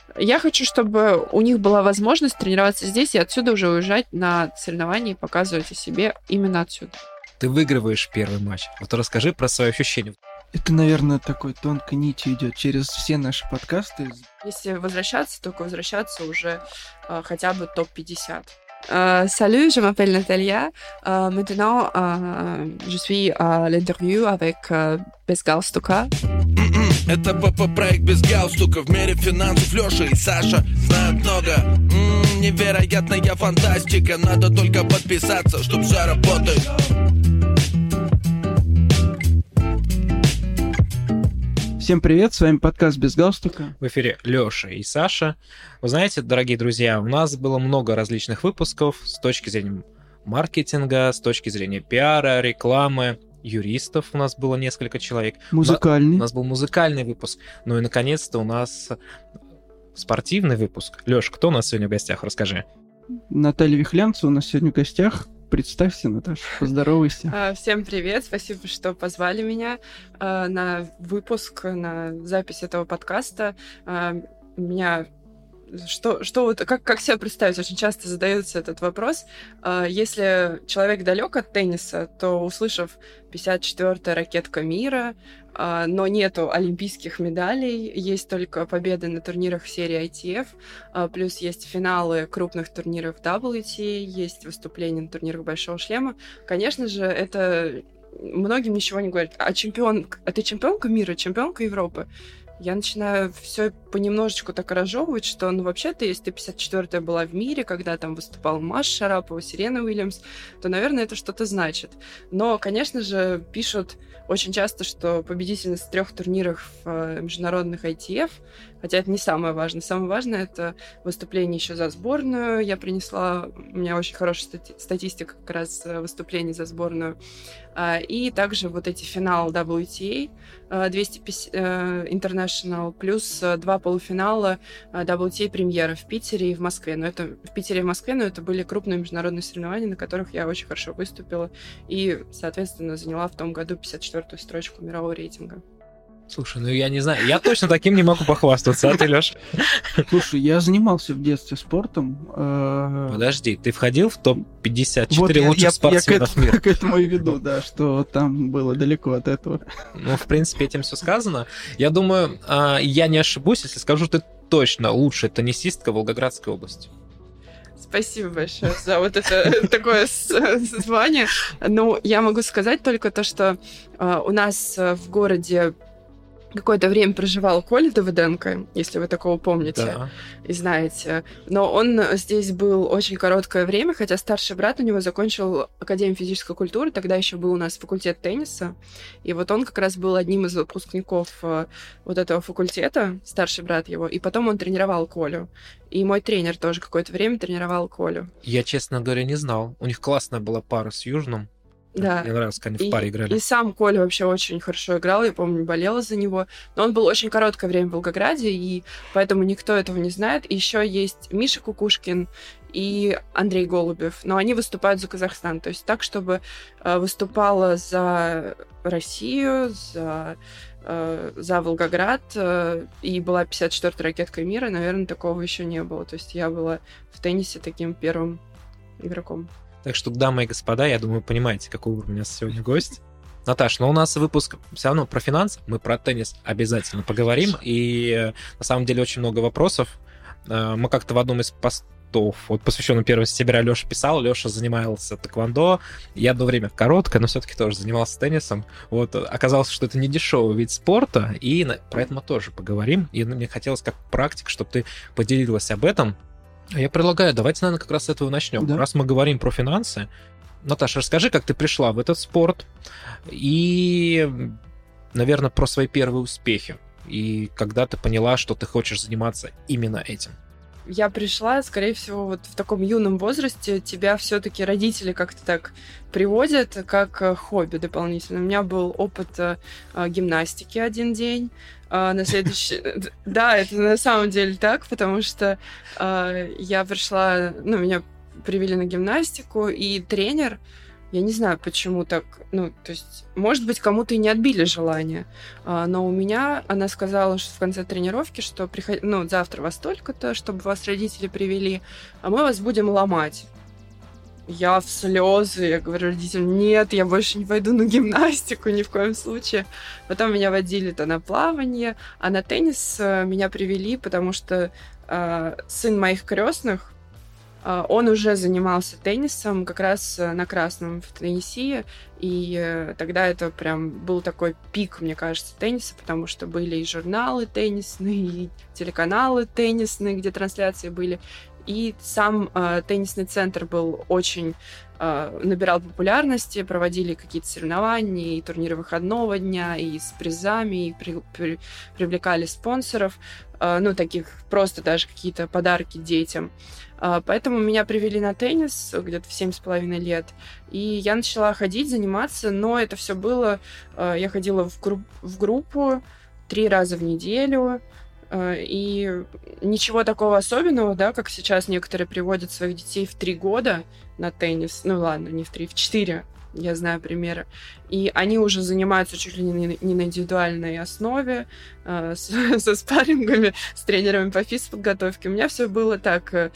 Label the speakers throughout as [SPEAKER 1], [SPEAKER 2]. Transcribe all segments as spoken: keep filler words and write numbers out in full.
[SPEAKER 1] Я хочу, чтобы у них была возможность тренироваться здесь и отсюда уже уезжать на соревнования и показывать о себе именно отсюда.
[SPEAKER 2] Ты выигрываешь первый матч. Вот расскажи про свои ощущения.
[SPEAKER 3] Это, наверное, такой тонкой нитью идет через все наши подкасты.
[SPEAKER 1] Если возвращаться, только возвращаться уже э, хотя бы топ пятьдесят. Euh, salut, je m'appelle Natalia. Euh, maintenant, euh, je suis à l'interview avec euh, Без галстука.
[SPEAKER 4] Это ПП-проект без галстука. В мире финансов Лёша и Саша знают много. М-м, невероятная фантастика. Надо только подписаться, чтоб все работает.
[SPEAKER 3] Всем привет, с вами подкаст «Без галстука».
[SPEAKER 2] В эфире Лёша и Саша. Вы знаете, дорогие друзья, у нас было много различных выпусков с точки зрения маркетинга, с точки зрения пиара, рекламы, юристов у нас было несколько человек.
[SPEAKER 3] Музыкальный.
[SPEAKER 2] У нас был музыкальный выпуск. Ну и, наконец-то, у нас спортивный выпуск. Лёш, кто у нас сегодня в гостях? Расскажи.
[SPEAKER 3] Наталья Вихлянцева у нас сегодня в гостях. Представься, Наташа, поздоровайся.
[SPEAKER 1] Всем привет, спасибо, что позвали меня на выпуск, на запись этого подкаста. Меня что, что вот, как, как себе представить? Очень часто задается этот вопрос. Если человек далек от тенниса, то, услышав пятьдесят четвёртая ракетка мира, но нету олимпийских медалей, есть только победы на турнирах серии ай ти эф, плюс есть финалы крупных турниров дабл ю ти эй, есть выступления на турнирах Большого шлема. Конечно же, это многим ничего не говорит. А чемпион, а ты чемпионка мира, чемпионка Европы? Я начинаю все понемножечку так разжевывать, что, ну, вообще-то, если ты пятьдесят четвёртая была в мире, когда там выступал Маша Шарапова, Серена Уильямс, то, наверное, это что-то значит. Но, конечно же, пишут очень часто, что победительница трех турниров в международных ай ти эф, хотя это не самое важное. Самое важное — это выступление еще за сборную. Я принесла, у меня очень хорошая стати- статистика как раз выступлений за сборную. И также вот эти финалы дабл ю ти эй двести пятьдесят International, плюс два полуфинала дабл ю ти эй премьера в Питере и в Москве. Но это в Питере и в Москве, но это были крупные международные соревнования, на которых я очень хорошо выступила и, соответственно, заняла в том году пятьдесят четвёртую строчку мирового рейтинга.
[SPEAKER 2] Слушай, ну я не знаю, я точно таким не могу похвастаться, а ты, Лёш?
[SPEAKER 3] Слушай, я занимался в детстве спортом.
[SPEAKER 2] Подожди, ты входил в топ пятьдесят четыре вот лучших я, спортсменов
[SPEAKER 3] я
[SPEAKER 2] мира?
[SPEAKER 3] Я к этому и веду, да, что там было далеко от этого.
[SPEAKER 2] Ну, в принципе, этим все сказано. Я думаю, я не ошибусь, если скажу, ты точно лучшая теннисистка Волгоградской области.
[SPEAKER 1] Спасибо большое за вот это такое звание. Ну, я могу сказать только то, что у нас в городе какое-то время проживал Коля Давыденко, если вы такого помните, да, и знаете. Но он здесь был очень короткое время, хотя старший брат у него закончил Академию физической культуры, тогда еще был у нас факультет тенниса, и вот он как раз был одним из выпускников вот этого факультета, старший брат его, и потом он тренировал Колю. И мой тренер тоже какое-то время тренировал Колю.
[SPEAKER 2] Я, честно говоря, не знал. У них классная была пара с Южным.
[SPEAKER 1] Да.
[SPEAKER 2] Мне нравилось, как они
[SPEAKER 1] и,
[SPEAKER 2] в паре играли.
[SPEAKER 1] И сам Коля вообще очень хорошо играл, я помню, болела за него. Но он был очень короткое время в Волгограде, и поэтому никто этого не знает. И еще есть Миша Кукушкин и Андрей Голубев, но они выступают за Казахстан. То есть так, чтобы э, выступала за Россию, за, э, за Волгоград, э, и была пятьдесят четвёртая ракетка мира, наверное, такого еще не было. То есть я была в теннисе таким первым игроком.
[SPEAKER 2] Так что, дамы и господа, я думаю, понимаете, какой у меня сегодня гость. Наташ, ну у нас выпуск все равно про финансы, мы про теннис обязательно поговорим, и на самом деле очень много вопросов. Мы как-то в одном из постов, вот посвященном первого сентября, Леша писал, Леша занимался тэквондо, я одно время короткое, но все-таки тоже занимался теннисом. Вот оказалось, что это не дешевый вид спорта, и про это мы тоже поговорим, и мне хотелось как практик, чтобы ты поделилась об этом. Я предлагаю, давайте, наверное, как раз с этого начнем. Да. Раз мы говорим про финансы, Наташа, расскажи, как ты пришла в этот спорт и, наверное, про свои первые успехи. И когда ты поняла, что ты хочешь заниматься именно этим.
[SPEAKER 1] Я пришла, скорее всего, вот в таком юном возрасте. Тебя все-таки родители как-то так приводят, как хобби дополнительно. У меня был опыт э, гимнастики один день. Uh, на следующий... Да, это на самом деле так, потому что uh, я пришла, ну, меня привели на гимнастику, и тренер, Я не знаю, почему так, ну, то есть, может быть, кому-то и не отбили желание, а, но у меня, она сказала, что в конце тренировки, что приход... ну, завтра во столько-то, чтобы вас родители привели, а мы вас будем ломать. Я в слезы, я говорю родителям, нет, я больше не пойду на гимнастику ни в коем случае. Потом меня водили-то на плавание, а на теннис меня привели, потому что э, сын моих крестных, он уже занимался теннисом как раз на Красном в Теннесси, и тогда это прям был такой пик, мне кажется, тенниса, потому что были и журналы теннисные, и телеканалы теннисные, где трансляции были, и сам э, теннисный центр был очень э, набирал популярности, проводили какие-то соревнования, и турниры выходного дня, и с призами, и при, при, привлекали спонсоров, э, ну, таких просто даже какие-то подарки детям. Поэтому меня привели на теннис где-то в семь с половиной лет, и я начала ходить, заниматься, но это все было... Я ходила в, групп, в группу три раза в неделю, и ничего такого особенного, да, как сейчас некоторые приводят своих детей в три года на теннис, ну ладно, не в три, в четыре, я знаю примеры, и они уже занимаются чуть ли не на индивидуальной основе, э, с, со спаррингами, с тренерами по физподготовке. У меня все было так, э,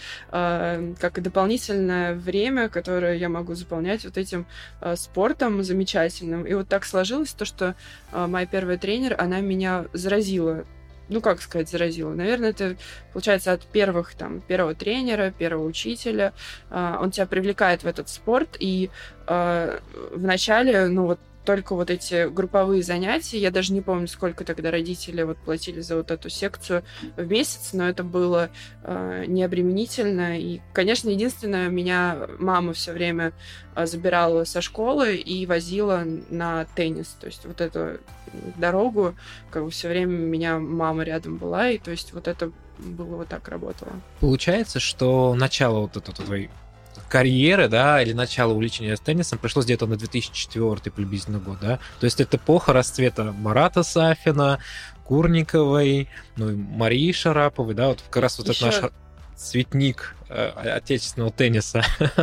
[SPEAKER 1] как дополнительное время, которое я могу заполнять вот этим э, спортом замечательным. И вот так сложилось то, что э, моя первая тренер, она меня заразила. Ну, как сказать, заразила? Наверное, это получается от первых, там, первого тренера, первого учителя. Он тебя привлекает в этот спорт, и э, вначале, ну, вот только вот эти групповые занятия, я даже не помню, сколько тогда родители вот платили за вот эту секцию в месяц, но это было э, необременительно. И, конечно, единственное, меня мама все время э, забирала со школы и возила на теннис. То есть вот эту дорогу, как бы все время у меня мама рядом была, и то есть вот это было вот так работало.
[SPEAKER 2] Получается, что начало вот этой твоей карьеры, да, или начало увлечения теннисом пришлось где-то на две тысячи четвёртый приблизительно год, да? То есть это эпоха расцвета Марата Сафина, Курниковой, ну и Марии Шараповой, да, вот как раз вот Еще... этот наш цветник э, отечественного тенниса.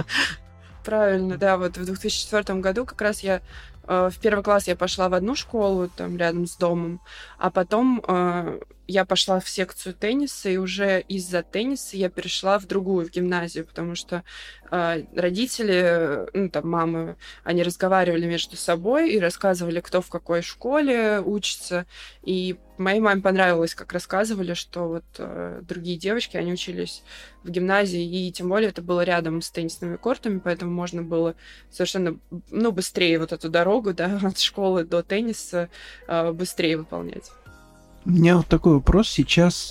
[SPEAKER 1] Правильно, да, вот в две тысячи четвёртом году как раз я э, в первый класс я пошла в одну школу, там, рядом с домом, а потом э, я пошла в секцию тенниса, и уже из-за тенниса я перешла в другую, в гимназию, потому что э, родители, ну, там, мамы, они разговаривали между собой и рассказывали, кто в какой школе учится, и моей маме понравилось, как рассказывали, что вот э, другие девочки, они учились в гимназии, и тем более это было рядом с теннисными кортами, поэтому можно было совершенно, ну, быстрее вот эту дорогу, да, от школы до тенниса э, быстрее выполнять.
[SPEAKER 3] У меня вот такой вопрос. Сейчас,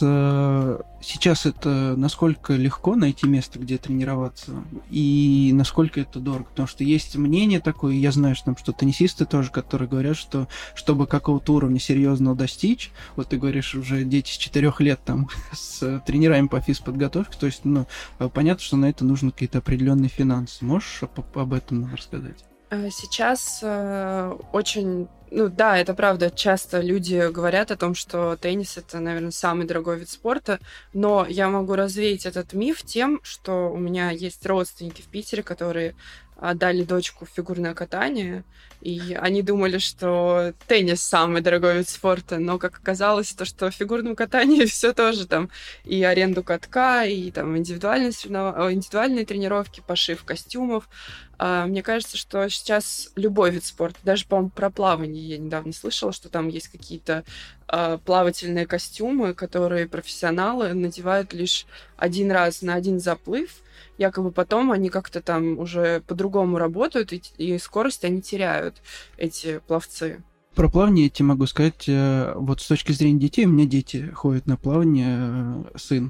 [SPEAKER 3] сейчас это насколько легко найти место, где тренироваться, и насколько это дорого? Потому что есть мнение такое, я знаю, что, там, что теннисисты тоже, которые говорят, что чтобы какого-то уровня серьезного достичь, вот ты говоришь, уже дети с четырех лет там с тренерами по физподготовке, то есть, ну, понятно, что на это нужны какие-то определенные финансы. Можешь об, об этом рассказать?
[SPEAKER 1] Сейчас э, очень... Ну да, это правда. Часто люди говорят о том, что теннис — это, наверное, самый дорогой вид спорта, но я могу развеять этот миф тем, что у меня есть родственники в Питере, которые отдали дочку в фигурное катание, и они думали, что теннис самый дорогой вид спорта, но, как оказалось, то, что в фигурном катании все тоже там и аренду катка, и там индивидуальные, соревнов... индивидуальные тренировки, пошив костюмов. Мне кажется, что сейчас любой вид спорта, даже, по-моему, про плавание я недавно слышала, что там есть какие-то э, плавательные костюмы, которые профессионалы надевают лишь один раз на один заплыв, якобы потом они как-то там уже по-другому работают, и, и скорость они теряют, эти пловцы.
[SPEAKER 3] Про плавание я тебе могу сказать, вот с точки зрения детей, у меня дети ходят на плавание, сын.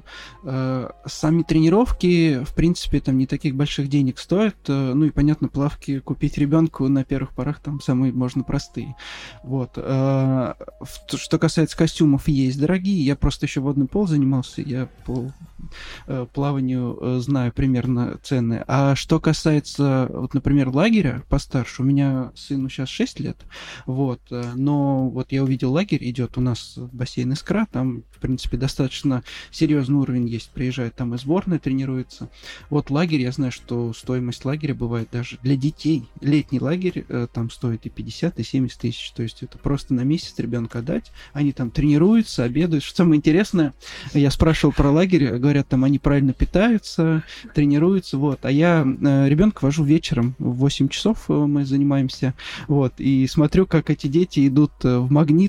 [SPEAKER 3] Сами тренировки, в принципе, там не таких больших денег стоят. Ну и, понятно, плавки купить ребенку на первых порах там самые, можно, простые. Вот. Что касается костюмов, есть дорогие. Я просто еще водный пол занимался, я по э, плаванию э, знаю примерно цены. А что касается, вот, например, лагеря постарше, у меня сыну сейчас шесть лет, вот, э, но вот я увидел лагерь, идет у нас бассейн Искра, там, в принципе, достаточно серьезный уровень есть, приезжает там и сборная тренируется. Вот лагерь, я знаю, что стоимость лагеря бывает даже для детей. Летний лагерь э, там стоит и пятьдесят, и семьдесят тысяч, то есть это просто на месяц ребенка отдать. Они там тренируются, обедают. Что самое интересное, я спрашивал про лагерь, говорят, там они правильно питаются, тренируются, вот. А я э, ребенка вожу вечером, в восемь часов мы занимаемся, вот, и смотрю, как эти дети идут в Магнит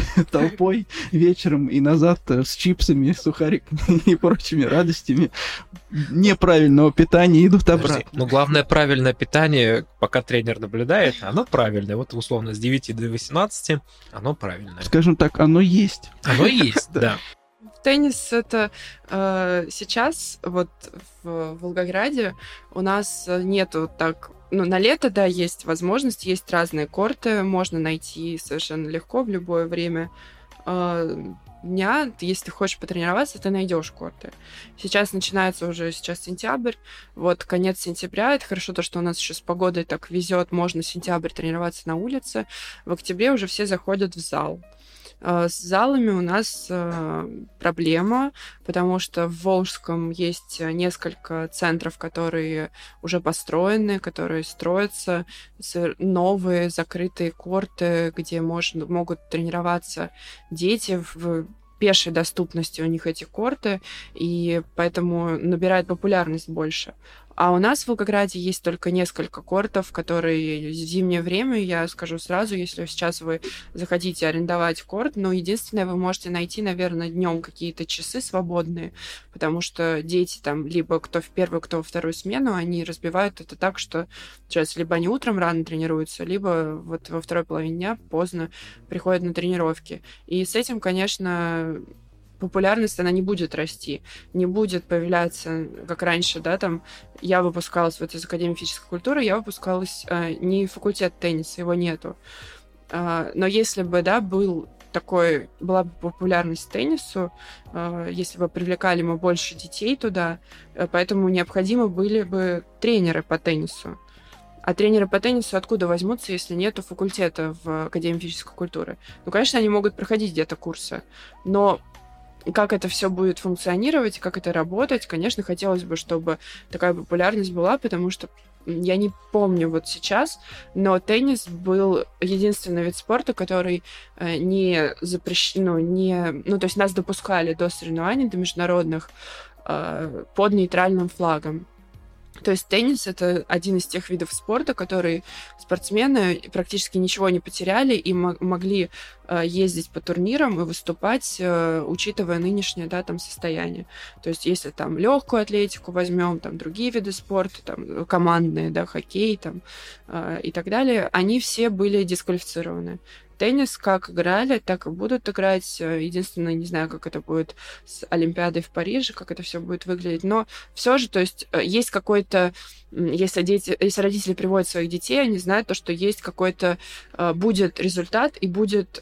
[SPEAKER 3] толпой вечером и назад с чипсами, сухариками и прочими радостями неправильного питания идут обратно.
[SPEAKER 2] Подожди, ну, главное, правильное питание, пока тренер наблюдает, оно правильное. Вот, условно, с девяти до восемнадцати оно правильное.
[SPEAKER 3] Скажем так, оно есть.
[SPEAKER 2] Оно есть, да.
[SPEAKER 1] Теннис — это э, сейчас вот в Волгограде у нас нету так... Ну, на лето, да, есть возможность, есть разные корты, можно найти совершенно легко в любое время э, дня. Если ты хочешь потренироваться, ты найдешь корты. Сейчас начинается уже сейчас сентябрь, вот конец сентября. Это хорошо то, что у нас еще с погодой так везет, можно сентябрь тренироваться на улице. В октябре уже все заходят в зал. С залами у нас проблема, потому что в Волжском есть несколько центров, которые уже построены, которые строятся, новые закрытые корты, где можно, могут тренироваться дети в пешей доступности у них эти корты, и поэтому набирает популярность больше. А у нас в Волгограде есть только несколько кортов, которые в зимнее время, я скажу сразу, если сейчас вы захотите арендовать корт, но единственное, вы можете найти, наверное, днем какие-то часы свободные, потому что дети там, либо кто в первую, кто во вторую смену, они разбивают это так, что сейчас либо они утром рано тренируются, либо вот во второй половине дня поздно приходят на тренировки. И с этим, конечно, популярность, она не будет расти, не будет появляться, как раньше, да, там, я выпускалась вот из Академии физической культуры, я выпускалась э, не факультет тенниса, его нету. Э, но если бы, да, был такой, была бы популярность теннису, э, если бы привлекали мы больше детей туда, э, поэтому необходимы были бы тренеры по теннису. А тренеры по теннису откуда возьмутся, если нету факультета в Академии физической культуры? Ну, конечно, они могут проходить где-то курсы, но как это все будет функционировать, как это работать, конечно, хотелось бы, чтобы такая популярность была, потому что я не помню вот сейчас, но теннис был единственный вид спорта, который не запрещен, ну, не, ну, то есть нас допускали до соревнований, до международных, под нейтральным флагом. То есть теннис — это один из тех видов спорта, которые спортсмены практически ничего не потеряли и м- могли э, ездить по турнирам и выступать, э, учитывая нынешнее, да, там, состояние. То есть если там легкую атлетику возьмем, там другие виды спорта, там командные, да, хоккей там, э, и так далее, они все были дисквалифицированы. Теннис как играли, так и будут играть. Единственное, не знаю, как это будет с Олимпиадой в Париже, как это все будет выглядеть. Но все же, то есть, есть какой-то... Если, дети, если родители приводят своих детей, они знают то, что есть какой-то... Будет результат и будет...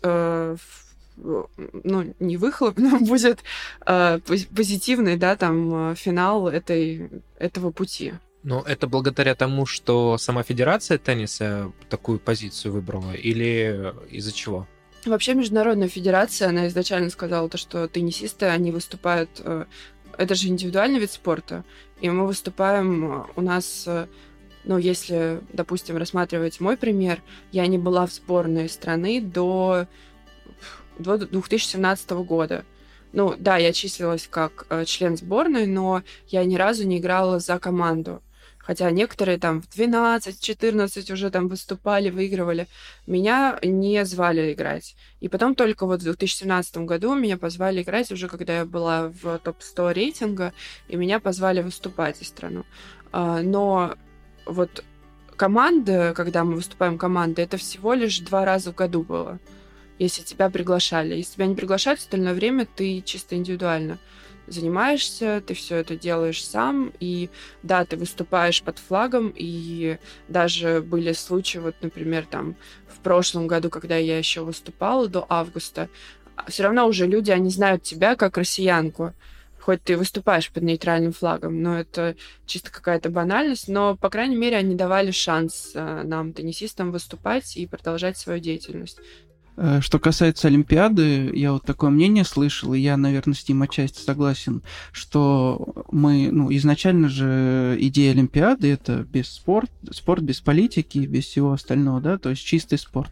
[SPEAKER 1] ну, не выхлоп, но будет позитивный, да, там, финал этой, этого пути.
[SPEAKER 2] Но это благодаря тому, что сама Федерация тенниса такую позицию выбрала, или из-за чего?
[SPEAKER 1] Вообще Международная федерация, она изначально сказала, то, что теннисисты, они выступают... Это же индивидуальный вид спорта, и мы выступаем у нас... Ну, если, допустим, рассматривать мой пример, я не была в сборной страны до, до две тысячи семнадцатого года. Ну, да, я числилась как член сборной, но я ни разу не играла за команду. Хотя некоторые там в двенадцать-четырнадцать уже там выступали, выигрывали. Меня не звали играть. И потом только вот в две тысячи семнадцатом году меня позвали играть, уже когда я была в топ сто рейтинга, и меня позвали выступать за страну. Но вот команда, когда мы выступаем командой, это всего лишь два раза в году было, если тебя приглашали. Если тебя не приглашают, остальное время ты чисто индивидуально занимаешься, ты все это делаешь сам, и да, ты выступаешь под флагом, и даже были случаи, вот, например, там, в прошлом году, когда я еще выступала до августа, все равно уже люди, они знают тебя как россиянку, хоть ты выступаешь под нейтральным флагом, но это чисто какая-то банальность, но, по крайней мере, они давали шанс нам, теннисистам, выступать и продолжать свою деятельность.
[SPEAKER 3] Что касается Олимпиады, я вот такое мнение слышал, и я, наверное, с ним отчасти согласен, что мы, ну, изначально же идея Олимпиады — это без спорт, спорт без политики, без всего остального, да, то есть чистый спорт.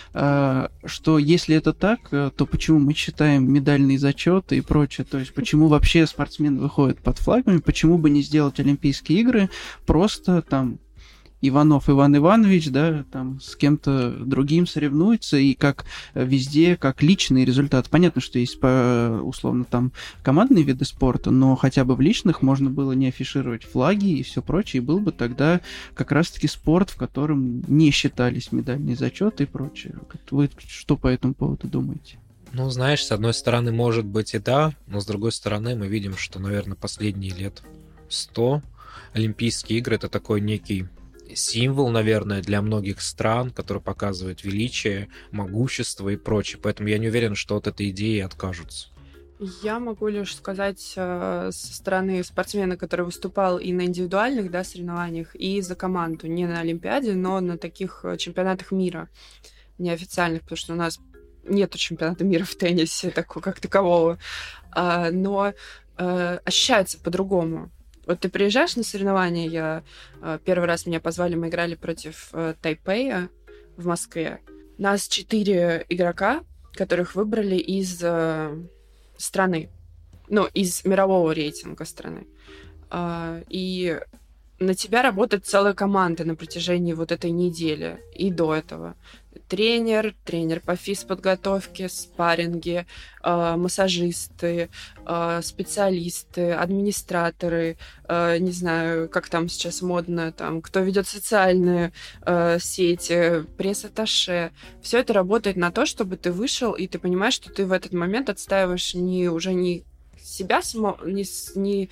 [SPEAKER 3] Что если это так, то почему мы считаем медальные зачеты и прочее, то есть почему вообще спортсмен выходит под флагами, почему бы не сделать Олимпийские игры просто там Иванов Иван Иванович, да, там с кем-то другим соревнуется, и как везде, как личный результат. Понятно, что есть, по, условно, там командные виды спорта, но хотя бы в личных можно было не афишировать флаги и все прочее, и был бы тогда как раз-таки спорт, в котором не считались медальные зачеты и прочее. Вы что по этому поводу думаете?
[SPEAKER 2] Ну, знаешь, с одной стороны, может быть и да, но с другой стороны мы видим, что, наверное, последние лет сто Олимпийские игры — это такой некий символ, наверное, для многих стран, который показывает величие, могущество и прочее. Поэтому я не уверен, что от этой идеи откажутся.
[SPEAKER 1] Я могу лишь сказать э, со стороны спортсмена, который выступал и на индивидуальных, да, соревнованиях, и за команду. Не на Олимпиаде, но на таких чемпионатах мира неофициальных, потому что у нас нету чемпионата мира в теннисе такого, как такового. А, но э, ощущается по-другому. Вот ты приезжаешь на соревнования, я первый раз меня позвали, мы играли против э, Тайпея в Москве. Нас четыре игрока, которых выбрали из э, страны, ну, из мирового рейтинга страны. Э, и на тебя работает целая команда на протяжении вот этой недели и до этого. Тренер, тренер по физподготовке, спарринги, э, массажисты, э, специалисты, администраторы, э, не знаю, как там сейчас модно, там, кто ведет социальные э, сети, пресс-атташе. Все это работает на то, чтобы ты вышел, и ты понимаешь, что ты в этот момент отстаиваешь не, уже не себя самого, не, не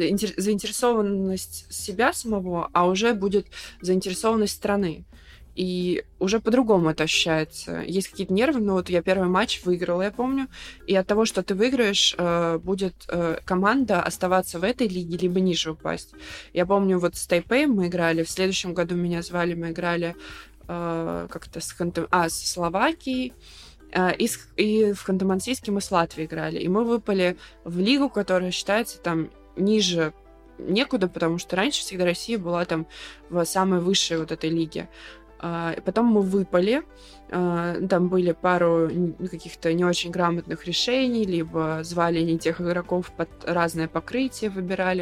[SPEAKER 1] заинтересованность себя самого, а уже будет заинтересованность страны. И уже по-другому это ощущается. Есть какие-то нервы, но вот я первый матч выиграла, я помню, и от того, что ты выиграешь, будет команда оставаться в этой лиге, либо ниже упасть. Я помню, вот с Тайпеем мы играли, в следующем году меня звали, мы играли как-то с, Ханты... а, с Словакией, И, с, и в Ханты-Мансийске мы с Латвией играли. И мы выпали в лигу, которая считается там ниже некуда, потому что раньше всегда Россия была там в самой высшей вот этой лиге. И потом мы выпали. Там были пару каких-то не очень грамотных решений, либо звали не тех игроков под разное покрытие, выбирали.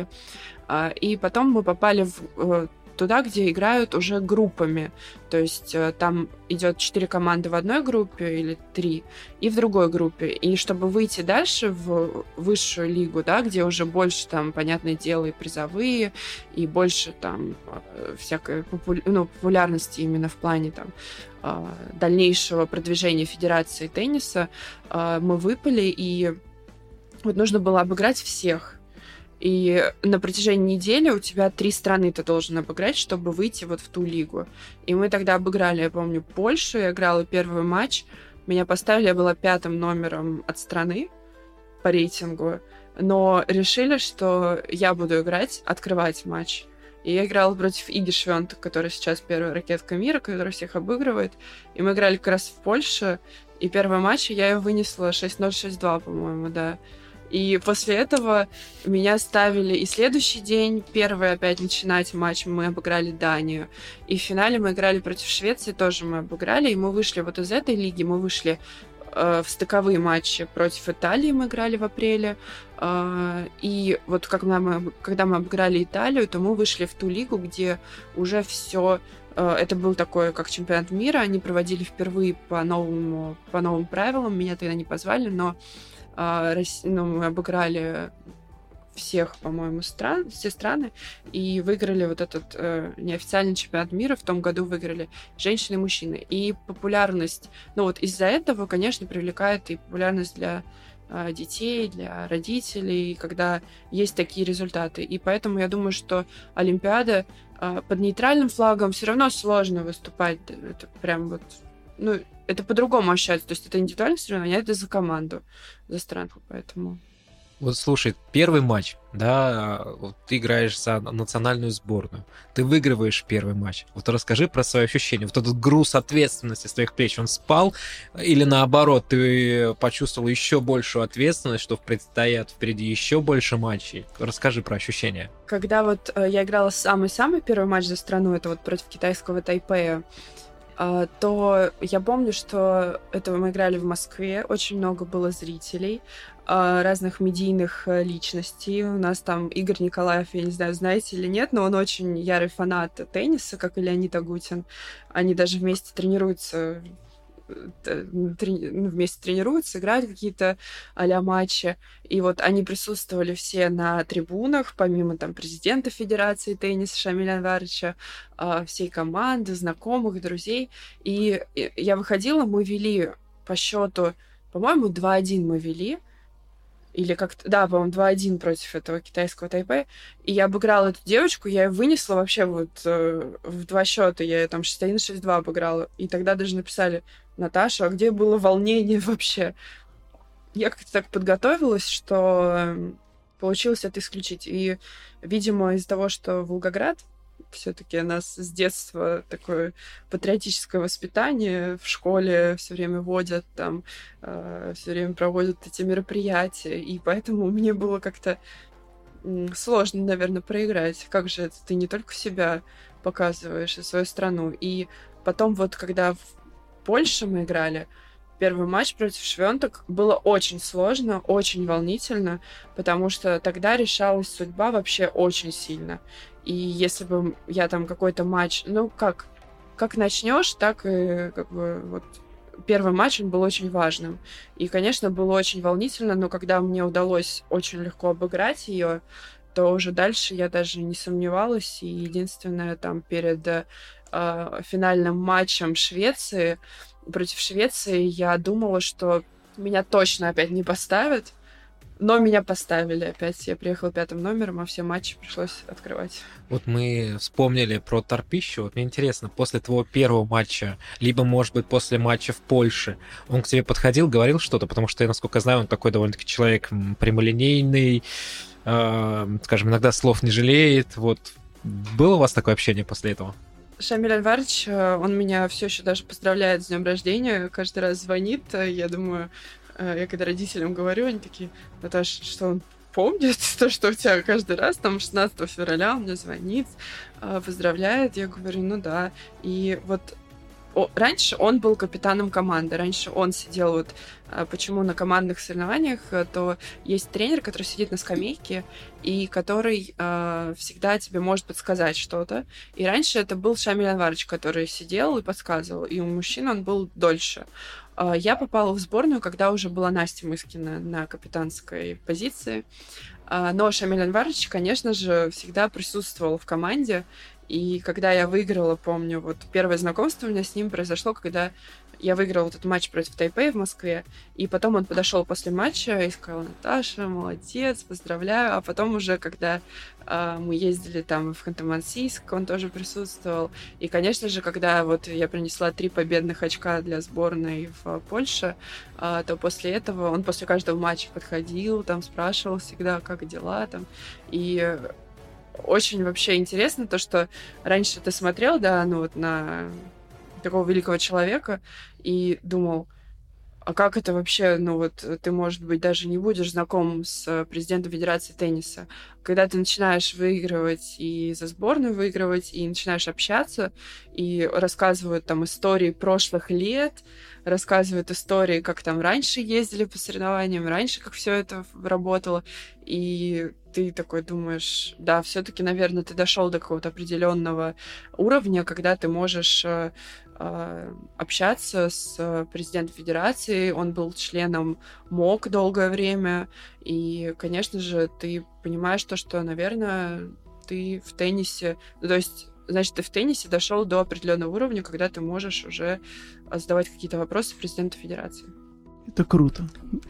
[SPEAKER 1] И потом мы попали в... туда, где играют уже группами. То есть там идет четыре команды в одной группе или три, и в другой группе. И чтобы выйти дальше в высшую лигу, да, где уже больше, там, понятное дело, и призовые, и больше там всякой попу- ну, популярности именно в плане там дальнейшего продвижения Федерации тенниса, мы выпали, и вот нужно было обыграть всех. И на протяжении недели у тебя три страны ты должен обыграть, чтобы выйти вот в ту лигу. И мы тогда обыграли, я помню, Польшу, я играла первый матч, меня поставили, я была пятым номером от страны по рейтингу, но решили, что я буду играть, открывать матч. И я играла против Иги Швёнтека, которая сейчас первая ракетка мира, которая всех обыгрывает. И мы играли как раз в Польше, и первый матч я ее вынесла шесть ноль шесть два, по-моему, да. И после этого меня ставили и следующий день, первый опять начинать матч, мы обыграли Данию. И в финале мы играли против Швеции, тоже мы обыграли. И мы вышли вот из этой лиги, мы вышли э, в стыковые матчи против Италии, мы играли в апреле. Э, и вот когда мы, когда мы обыграли Италию, то мы вышли в ту лигу, где уже все... Э, это был такой, как чемпионат мира, они проводили впервые по новому, по новым правилам, меня тогда не позвали, но ну, мы обыграли всех, по-моему, стран, все страны, и выиграли вот этот э, неофициальный чемпионат мира. В том году выиграли женщины и мужчины. И популярность, ну вот из-за этого, конечно, привлекает и популярность для э, детей, для родителей, когда есть такие результаты. И поэтому я думаю, что Олимпиада э, под нейтральным флагом все равно сложно выступать. Это прям вот, ну, это по-другому ощущается. То есть это индивидуальное соревнование, а это за команду, за страну, поэтому...
[SPEAKER 2] Вот слушай, первый матч, да, вот ты играешь за национальную сборную, ты выигрываешь первый матч. Вот расскажи про свои ощущения. Вот этот груз ответственности с твоих плеч, он спал? Или наоборот, ты почувствовал еще большую ответственность, что предстоят впереди еще больше матчей? Расскажи про ощущения.
[SPEAKER 1] Когда вот э, я играла самый-самый первый матч за страну, это вот против китайского Тайпея, Uh, то я помню, что это мы играли в Москве, очень много было зрителей, uh, разных медийных uh, личностей. У нас там Игорь Николаев, я не знаю, знаете или нет, но он очень ярый фанат тенниса, как и Леонид Агутин. Они даже вместе тренируются, трени... ну, вместе тренируются, играют какие-то а-ля матчи. И вот они присутствовали все на трибунах, помимо там президента Федерации тенниса Шамиля Анваровича, всей команды, знакомых, друзей. И я выходила, мы вели по счету, по-моему, два-один мы вели. Или как-то, да, по-моему, два-один против этого китайского Тайпея. И я обыграла эту девочку, я ее вынесла вообще вот э, в два счета. Я ее там шесть-один, шесть-два обыграла. И тогда даже написали: Наташа, а где было волнение вообще? Я как-то так подготовилась, что получилось это исключить. И, видимо, из-за того, что Волгоград, все-таки у нас с детства такое патриотическое воспитание, в школе все время водят, там э, все время проводят эти мероприятия, и поэтому мне было как-то сложно, наверное, проиграть. Как же это? Ты не только себя показываешь, и свою страну. И потом вот, когда в Польше мы играли, первый матч против швёнток, было очень сложно, очень волнительно, потому что тогда решалась судьба вообще очень сильно. И если бы я там какой-то матч... Ну, как? Как начнешь, так и как бы вот... Первый матч, он был очень важным. И, конечно, было очень волнительно, но когда мне удалось очень легко обыграть ее, то уже дальше я даже не сомневалась. И единственное, там, перед э, финальным матчем Швеции, против Швеции, я думала, что меня точно опять не поставят. Но меня поставили опять. Я приехала пятым номером, а все матчи пришлось открывать.
[SPEAKER 2] Вот мы вспомнили про Торпищу. Вот мне интересно, после твоего первого матча, либо, может быть, после матча в Польше, он к тебе подходил, говорил что-то? Потому что, я, насколько знаю, он такой довольно-таки человек прямолинейный, э, скажем, иногда слов не жалеет. Вот было у вас такое общение после этого?
[SPEAKER 1] Шамиль Анварович, он меня все еще даже поздравляет с днем рождения, каждый раз звонит. Я думаю, я когда родителям говорю, они такие: Наташа, что он помнит, то, что у тебя каждый раз, там, шестнадцатого февраля он мне звонит, поздравляет. Я говорю, ну да. И вот о, раньше он был капитаном команды, раньше он сидел вот, почему на командных соревнованиях, то есть тренер, который сидит на скамейке и который э, всегда тебе может подсказать что-то. И раньше это был Шамиль Анварович, который сидел и подсказывал, и у мужчин он был дольше. Э, я попала в сборную, когда уже была Настя Мыскина на капитанской позиции, э, но Шамиль Анварович, конечно же, всегда присутствовал в команде. И когда я выиграла, помню, вот первое знакомство у меня с ним произошло, когда я выиграла этот матч против Тайпея в Москве, и потом он подошел после матча и сказал: Наташа, молодец, поздравляю. А потом уже, когда э, мы ездили там в Ханты-Мансийск, он тоже присутствовал. И, конечно же, когда вот я принесла три победных очка для сборной в Польше, э, то после этого он после каждого матча подходил, там спрашивал всегда, как дела там. И очень вообще интересно то, что раньше ты смотрел, да, ну вот на такого великого человека и думал, а как это вообще, ну вот ты, может быть, даже не будешь знаком с президентом Федерации тенниса. Когда ты начинаешь выигрывать и за сборную выигрывать, и начинаешь общаться, и рассказывают там истории прошлых лет, рассказывают истории, как там раньше ездили по соревнованиям, раньше как все это работало, и ты такой думаешь, да, все-таки, наверное, ты дошел до какого-то определенного уровня, когда ты можешь э, э, общаться с президентом Федерации. Он был членом МОК долгое время, и, конечно же, ты понимаешь то, что, наверное, ты в теннисе, ну, то есть, значит, ты в теннисе дошел до определенного уровня, когда ты можешь уже задавать какие-то вопросы президенту Федерации.
[SPEAKER 3] Это круто.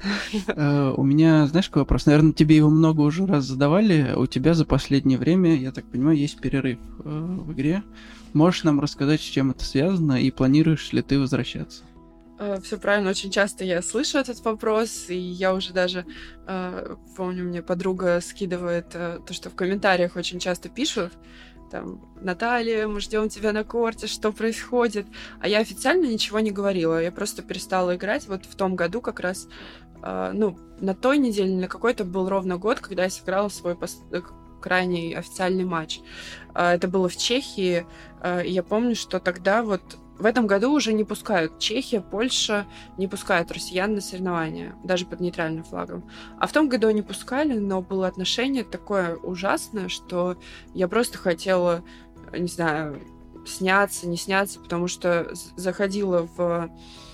[SPEAKER 3] У меня, знаешь, какой вопрос? Наверное, тебе его много уже раз задавали. У тебя за последнее время, я так понимаю, есть перерыв в игре. Можешь нам рассказать, с чем это связано, и планируешь ли ты возвращаться?
[SPEAKER 1] Все правильно, очень часто я слышу этот вопрос, и я уже даже э, помню, мне подруга скидывает э, то, что в комментариях очень часто пишут, там, Наталья, мы ждем тебя на корте, что происходит? А я официально ничего не говорила, я просто перестала играть вот в том году как раз, э, ну, на той неделе, на какой-то был ровно год, когда я сыграла свой пос... крайний официальный матч. Э, это было в Чехии, э, и я помню, что тогда вот в этом году уже не пускают. Чехия, Польша не пускают россиян на соревнования, даже под нейтральным флагом. А в том году они пускали, но было отношение такое ужасное, что я просто хотела, не знаю, сняться, не сняться, потому что заходила в...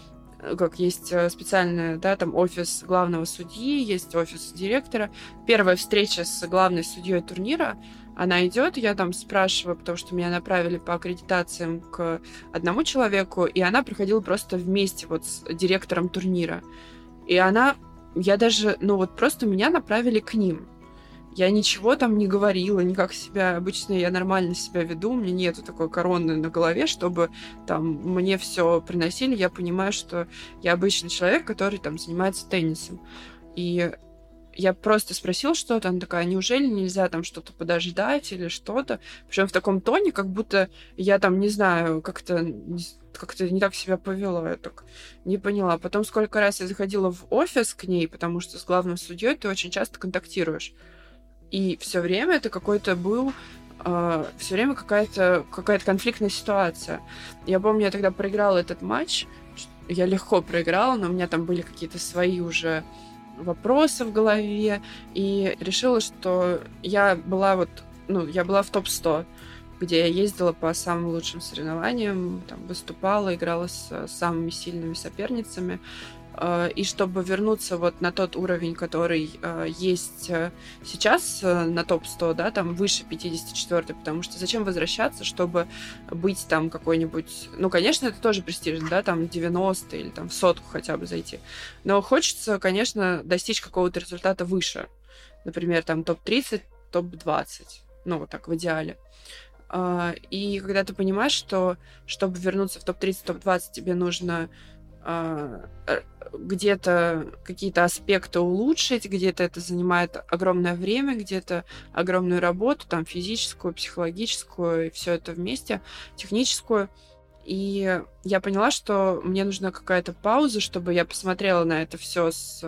[SPEAKER 1] как есть специальный, да, там офис главного судьи, есть офис директора. Первая встреча с главной судьей турнира, она идет, я там спрашиваю, потому что меня направили по аккредитациям к одному человеку, и она проходила просто вместе вот с директором турнира. И она, я даже, ну вот просто меня направили к ним. Я ничего там не говорила, никак себя, обычно я нормально себя веду, у меня нету такой короны на голове, чтобы там мне все приносили, я понимаю, что я обычный человек, который там занимается теннисом. И я просто спросила что-то, она такая, неужели нельзя там что-то подождать или что-то? Причем в таком тоне, как будто я там, не знаю, как-то как-то не так себя повела, я так не поняла. Потом сколько раз я заходила в офис к ней, потому что с главным судьей ты очень часто контактируешь. И все время это какой-то был, э, все время какая-то, какая-то конфликтная ситуация. Я помню, я тогда проиграла этот матч, я легко проиграла, но у меня там были какие-то свои уже вопросы в голове, и решила, что я была вот, ну, я была в топ сто, где я ездила по самым лучшим соревнованиям, там, выступала, играла с самыми сильными соперницами, и чтобы вернуться вот на тот уровень, который есть сейчас на топ сто, да, там выше пятьдесят четыре, потому что зачем возвращаться, чтобы быть там какой-нибудь... Ну, конечно, это тоже престижно, да, там девяносто или там в сотку хотя бы зайти. Но хочется, конечно, достичь какого-то результата выше. Например, там топ тридцать, топ двадцать. Ну, вот так в идеале. И когда ты понимаешь, что чтобы вернуться в топ тридцать, топ двадцать, тебе нужно где-то какие-то аспекты улучшить, где-то это занимает огромное время, где-то огромную работу, там, физическую, психологическую, и все это вместе, техническую. И я поняла, что мне нужна какая-то пауза, чтобы я посмотрела на это все с,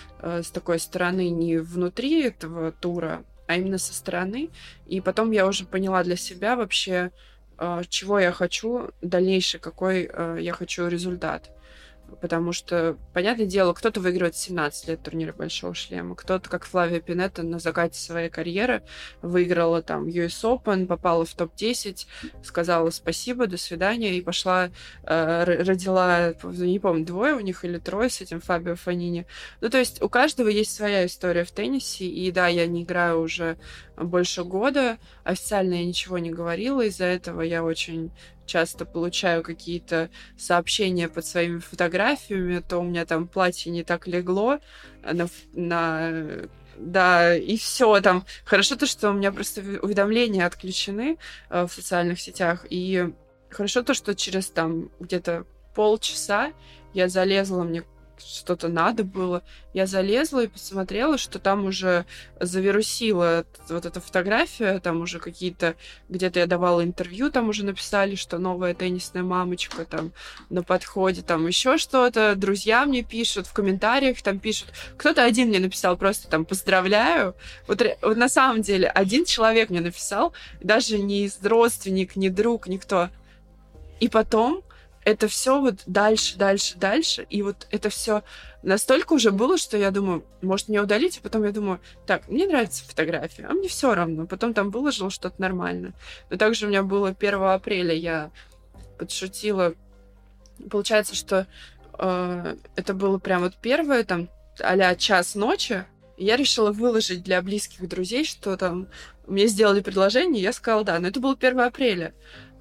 [SPEAKER 1] с такой стороны, не внутри этого тура, а именно со стороны. И потом я уже поняла для себя вообще, чего я хочу, дальнейший какой я хочу результат. Потому что, понятное дело, кто-то выигрывает семнадцать лет турнира Большого шлема, кто-то, как Флавия Пинетта, на закате своей карьеры выиграла там ю эс Open, попала в топ десять, сказала спасибо, до свидания, и пошла, э, родила, не помню, двое у них или трое с этим Фабио Фонини. Ну, то есть у каждого есть своя история в теннисе, и да, я не играю уже больше года, официально я ничего не говорила, из-за этого я очень часто получаю какие-то сообщения под своими фотографиями, то у меня там платье не так легло на, на да, и все там. Хорошо то, что у меня просто уведомления отключены э, в социальных сетях, и хорошо то, что через там где-то полчаса я залезла, мне что-то надо было. Я залезла и посмотрела, что там уже завирусила вот эта фотография, там уже какие-то... Где-то я давала интервью, там уже написали, что новая теннисная мамочка там на подходе, там еще что-то. Друзья мне пишут, в комментариях там пишут. Кто-то один мне написал просто там «поздравляю». Вот, вот на самом деле один человек мне написал, даже не из родственник, не друг, никто. И потом это все вот дальше, дальше, дальше. И вот это все настолько уже было, что я думаю, может, мне удалить? А потом я думаю, так, мне нравится фотография, а мне все равно. Потом там выложила что-то нормальное. Но также у меня было первого апреля, я подшутила. Получается, что э, это было прям вот первое, там, а-ля час ночи. И я решила выложить для близких друзей, что там мне сделали предложение, и я сказала да. Но это было первого апреля.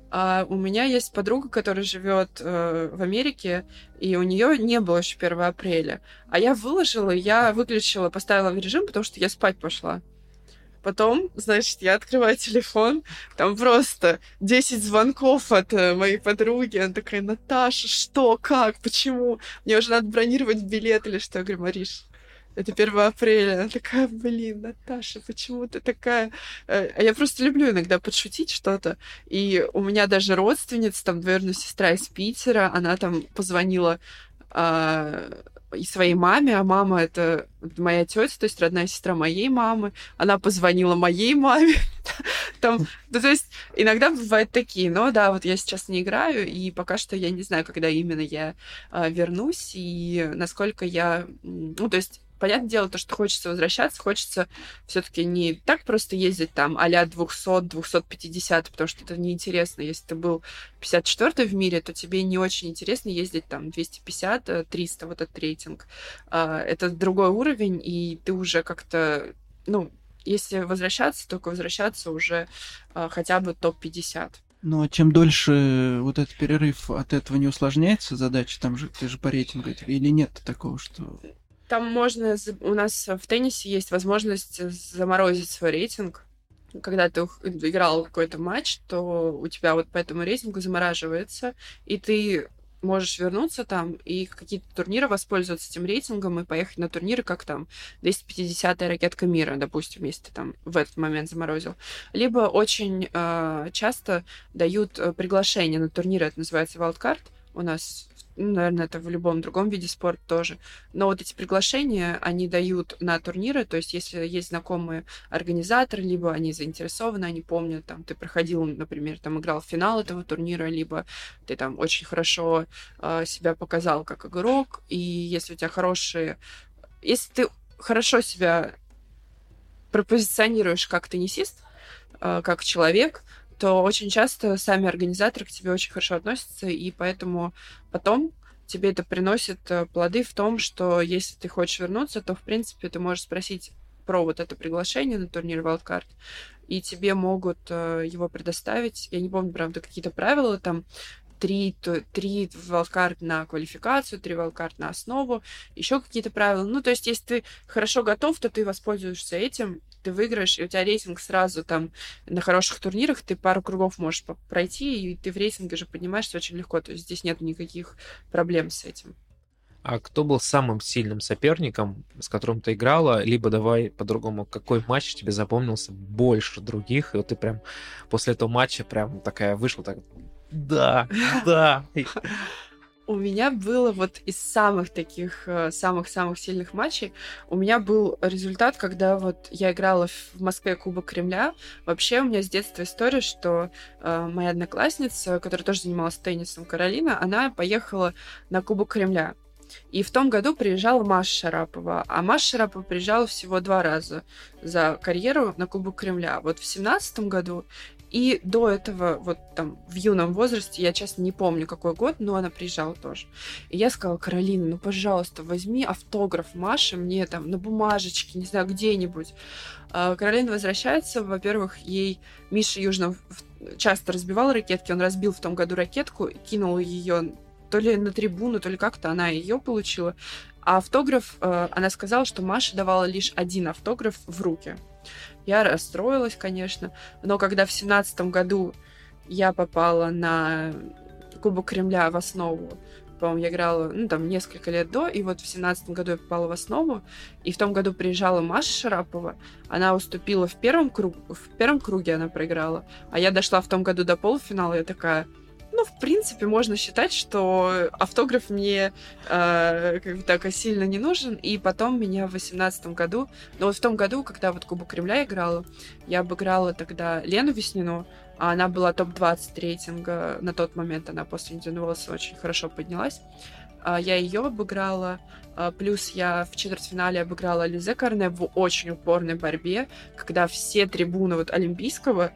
[SPEAKER 1] А у меня есть подруга, которая живет э, в Америке, и у нее не было еще первого апреля. А я выложила, я выключила, поставила в режим, потому что я спать пошла. Потом, значит, я открываю телефон, там просто десять звонков от э, моей подруги. Она такая: Наташа, что, как, почему? Мне уже надо бронировать билет или что? Я говорю: Мариш, это первое апреля. Она такая: блин, Наташа, почему ты такая? А я просто люблю иногда подшутить что-то. И у меня даже родственница, там, двоюродная сестра из Питера, она там позвонила а, и своей маме, а мама — это моя тетя, то есть родная сестра моей мамы. Она позвонила моей маме. Там, ну, то есть иногда бывают такие, но да, вот я сейчас не играю, и пока что я не знаю, когда именно я а, вернусь, и насколько я... Ну, то есть понятное дело, то, что хочется возвращаться, хочется все-таки не так просто ездить там а-ля двести двести пятьдесят, потому что это неинтересно. Если ты был пятьдесят четвёртый в мире, то тебе не очень интересно ездить там двести пятьдесят триста, вот этот рейтинг. Это другой уровень, и ты уже как-то, ну, если возвращаться, только возвращаться уже хотя бы топ пятьдесят.
[SPEAKER 3] Ну, а чем дольше вот этот перерыв, от этого не усложняется задача? Там же, ты же по рейтингу, или нет такого, что...
[SPEAKER 1] Там можно... У нас в теннисе есть возможность заморозить свой рейтинг. Когда ты играл какой-то матч, то у тебя вот по этому рейтингу замораживается, и ты можешь вернуться там и какие-то турниры воспользоваться этим рейтингом и поехать на турниры, как там двести пятидесятая ракетка мира, допустим, если ты там в этот момент заморозил. Либо очень э, часто дают приглашение на турниры, это называется wildcard. У нас, ну, наверное, это в любом другом виде спорта тоже. Но вот эти приглашения, они дают на турниры, то есть если есть знакомые организаторы, либо они заинтересованы, они помнят, там, ты проходил, например, там, играл в финал этого турнира, либо ты там очень хорошо э, себя показал как игрок, и если у тебя хорошие... Если ты хорошо себя пропозиционируешь как теннисист, э, как человек, то очень часто сами организаторы к тебе очень хорошо относятся, и поэтому потом тебе это приносит плоды в том, что если ты хочешь вернуться, то, в принципе, ты можешь спросить про вот это приглашение на турнир Wildcard, и тебе могут его предоставить. Я не помню, правда, какие-то правила, там три, три wildcard на квалификацию, три wildcard на основу, еще какие-то правила. Ну, то есть, если ты хорошо готов, то ты воспользуешься этим, ты выиграешь, и у тебя рейтинг сразу там на хороших турнирах, ты пару кругов можешь пройти, и ты в рейтинге же поднимаешься очень легко, то есть здесь нет никаких проблем с этим.
[SPEAKER 2] А кто был самым сильным соперником, с которым ты играла? Либо давай по-другому, какой матч тебе запомнился больше других, и вот ты прям после этого матча прям такая вышла, так, да, да.
[SPEAKER 1] У меня было вот из самых таких, самых-самых сильных матчей, у меня был результат, когда вот я играла в Москве Кубок Кремля. Вообще у меня с детства история, что э, моя одноклассница, которая тоже занималась теннисом, Каролина, она поехала на Кубок Кремля. И в том году приезжала Маша Шарапова. А Маша Шарапова приезжала всего два раза за карьеру на Кубок Кремля. Вот в семнадцатом году и до этого, вот там, в юном возрасте, я, честно, не помню, какой год, но она приезжала тоже. И я сказала: Каролина, ну, пожалуйста, возьми автограф Маши мне там на бумажечке, не знаю, где-нибудь. А Каролина возвращается, во-первых, ей Миша Южнов часто разбивал ракетки, он разбил в том году ракетку и кинул ее то ли на трибуну, то ли как-то она ее получила. А автограф, она сказала, что Маша давала лишь один автограф в руки. Я расстроилась, конечно, но когда в семнадцатом году я попала на Кубок Кремля в основу, по-моему, я играла, ну, там, несколько лет до, и вот в семнадцатом году я попала в основу, и в том году приезжала Маша Шарапова, она уступила в первом круге, в первом круге она проиграла, а я дошла в том году до полуфинала, я такая... Ну, в принципе, можно считать, что автограф мне э, как бы так сильно не нужен. И потом меня в восемнадцатом году, ну вот в том году, когда вот Кубок Кремля играла, я обыграла тогда Лену Веснину, а она была топ двадцать рейтинга. На тот момент она после Индиан Уэллса очень хорошо поднялась. А я ее обыграла. А плюс я в четвертьфинале обыграла Ализе Корне в очень упорной борьбе, когда все трибуны вот Олимпийского,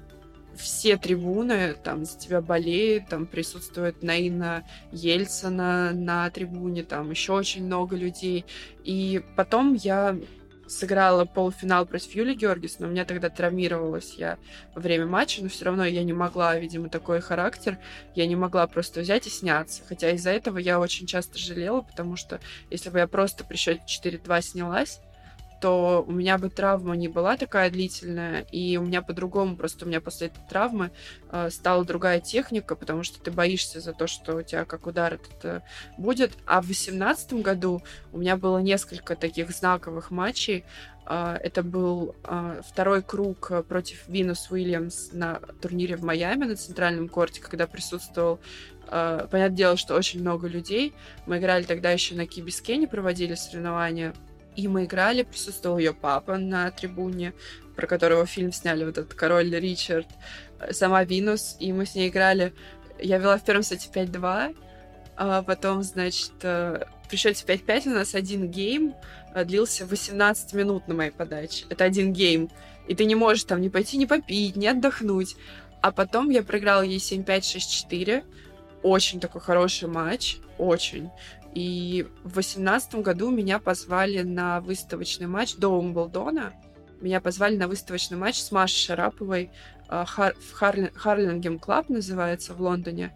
[SPEAKER 1] все трибуны там за тебя болеют, там присутствует Наина Ельцина на трибуне, там еще очень много людей. И потом я сыграла полуфинал против Юлии Георгиевны, но у меня тогда травмировалась я во время матча, но все равно я не могла, видимо, такой характер, я не могла просто взять и сняться. Хотя из-за этого я очень часто жалела, потому что если бы я просто при счете четыре-два снялась, что у меня бы травма не была такая длительная, и у меня по-другому, просто у меня после этой травмы э, стала другая техника, потому что ты боишься за то, что у тебя как удар это будет. А в восемнадцатом году у меня было несколько таких знаковых матчей. Uh, это был uh, второй круг против Винус Уильямс на турнире в Майами на центральном корте, когда присутствовал, uh, понятное дело, что очень много людей. Мы играли тогда еще на Кей-Бискейне, проводили соревнования, и мы играли, присутствовал ее папа на трибуне, про которого фильм сняли, вот этот король Ричард, сама Винус, и мы с ней играли. Я вела в первом сете пять-два, а потом, значит, при счете пять-пять у нас один гейм длился восемнадцать минут на моей подаче. Это один гейм. И ты не можешь там ни пойти, ни попить, ни отдохнуть. А потом я проиграла ей семь-пять, шесть-четыре. Очень такой хороший матч. Очень. И в восемнадцатом году меня позвали на выставочный матч до Уимблдона. Меня позвали на выставочный матч с Машей Шараповой. Хар- в Харли- Харлингем Клаб называется в Лондоне.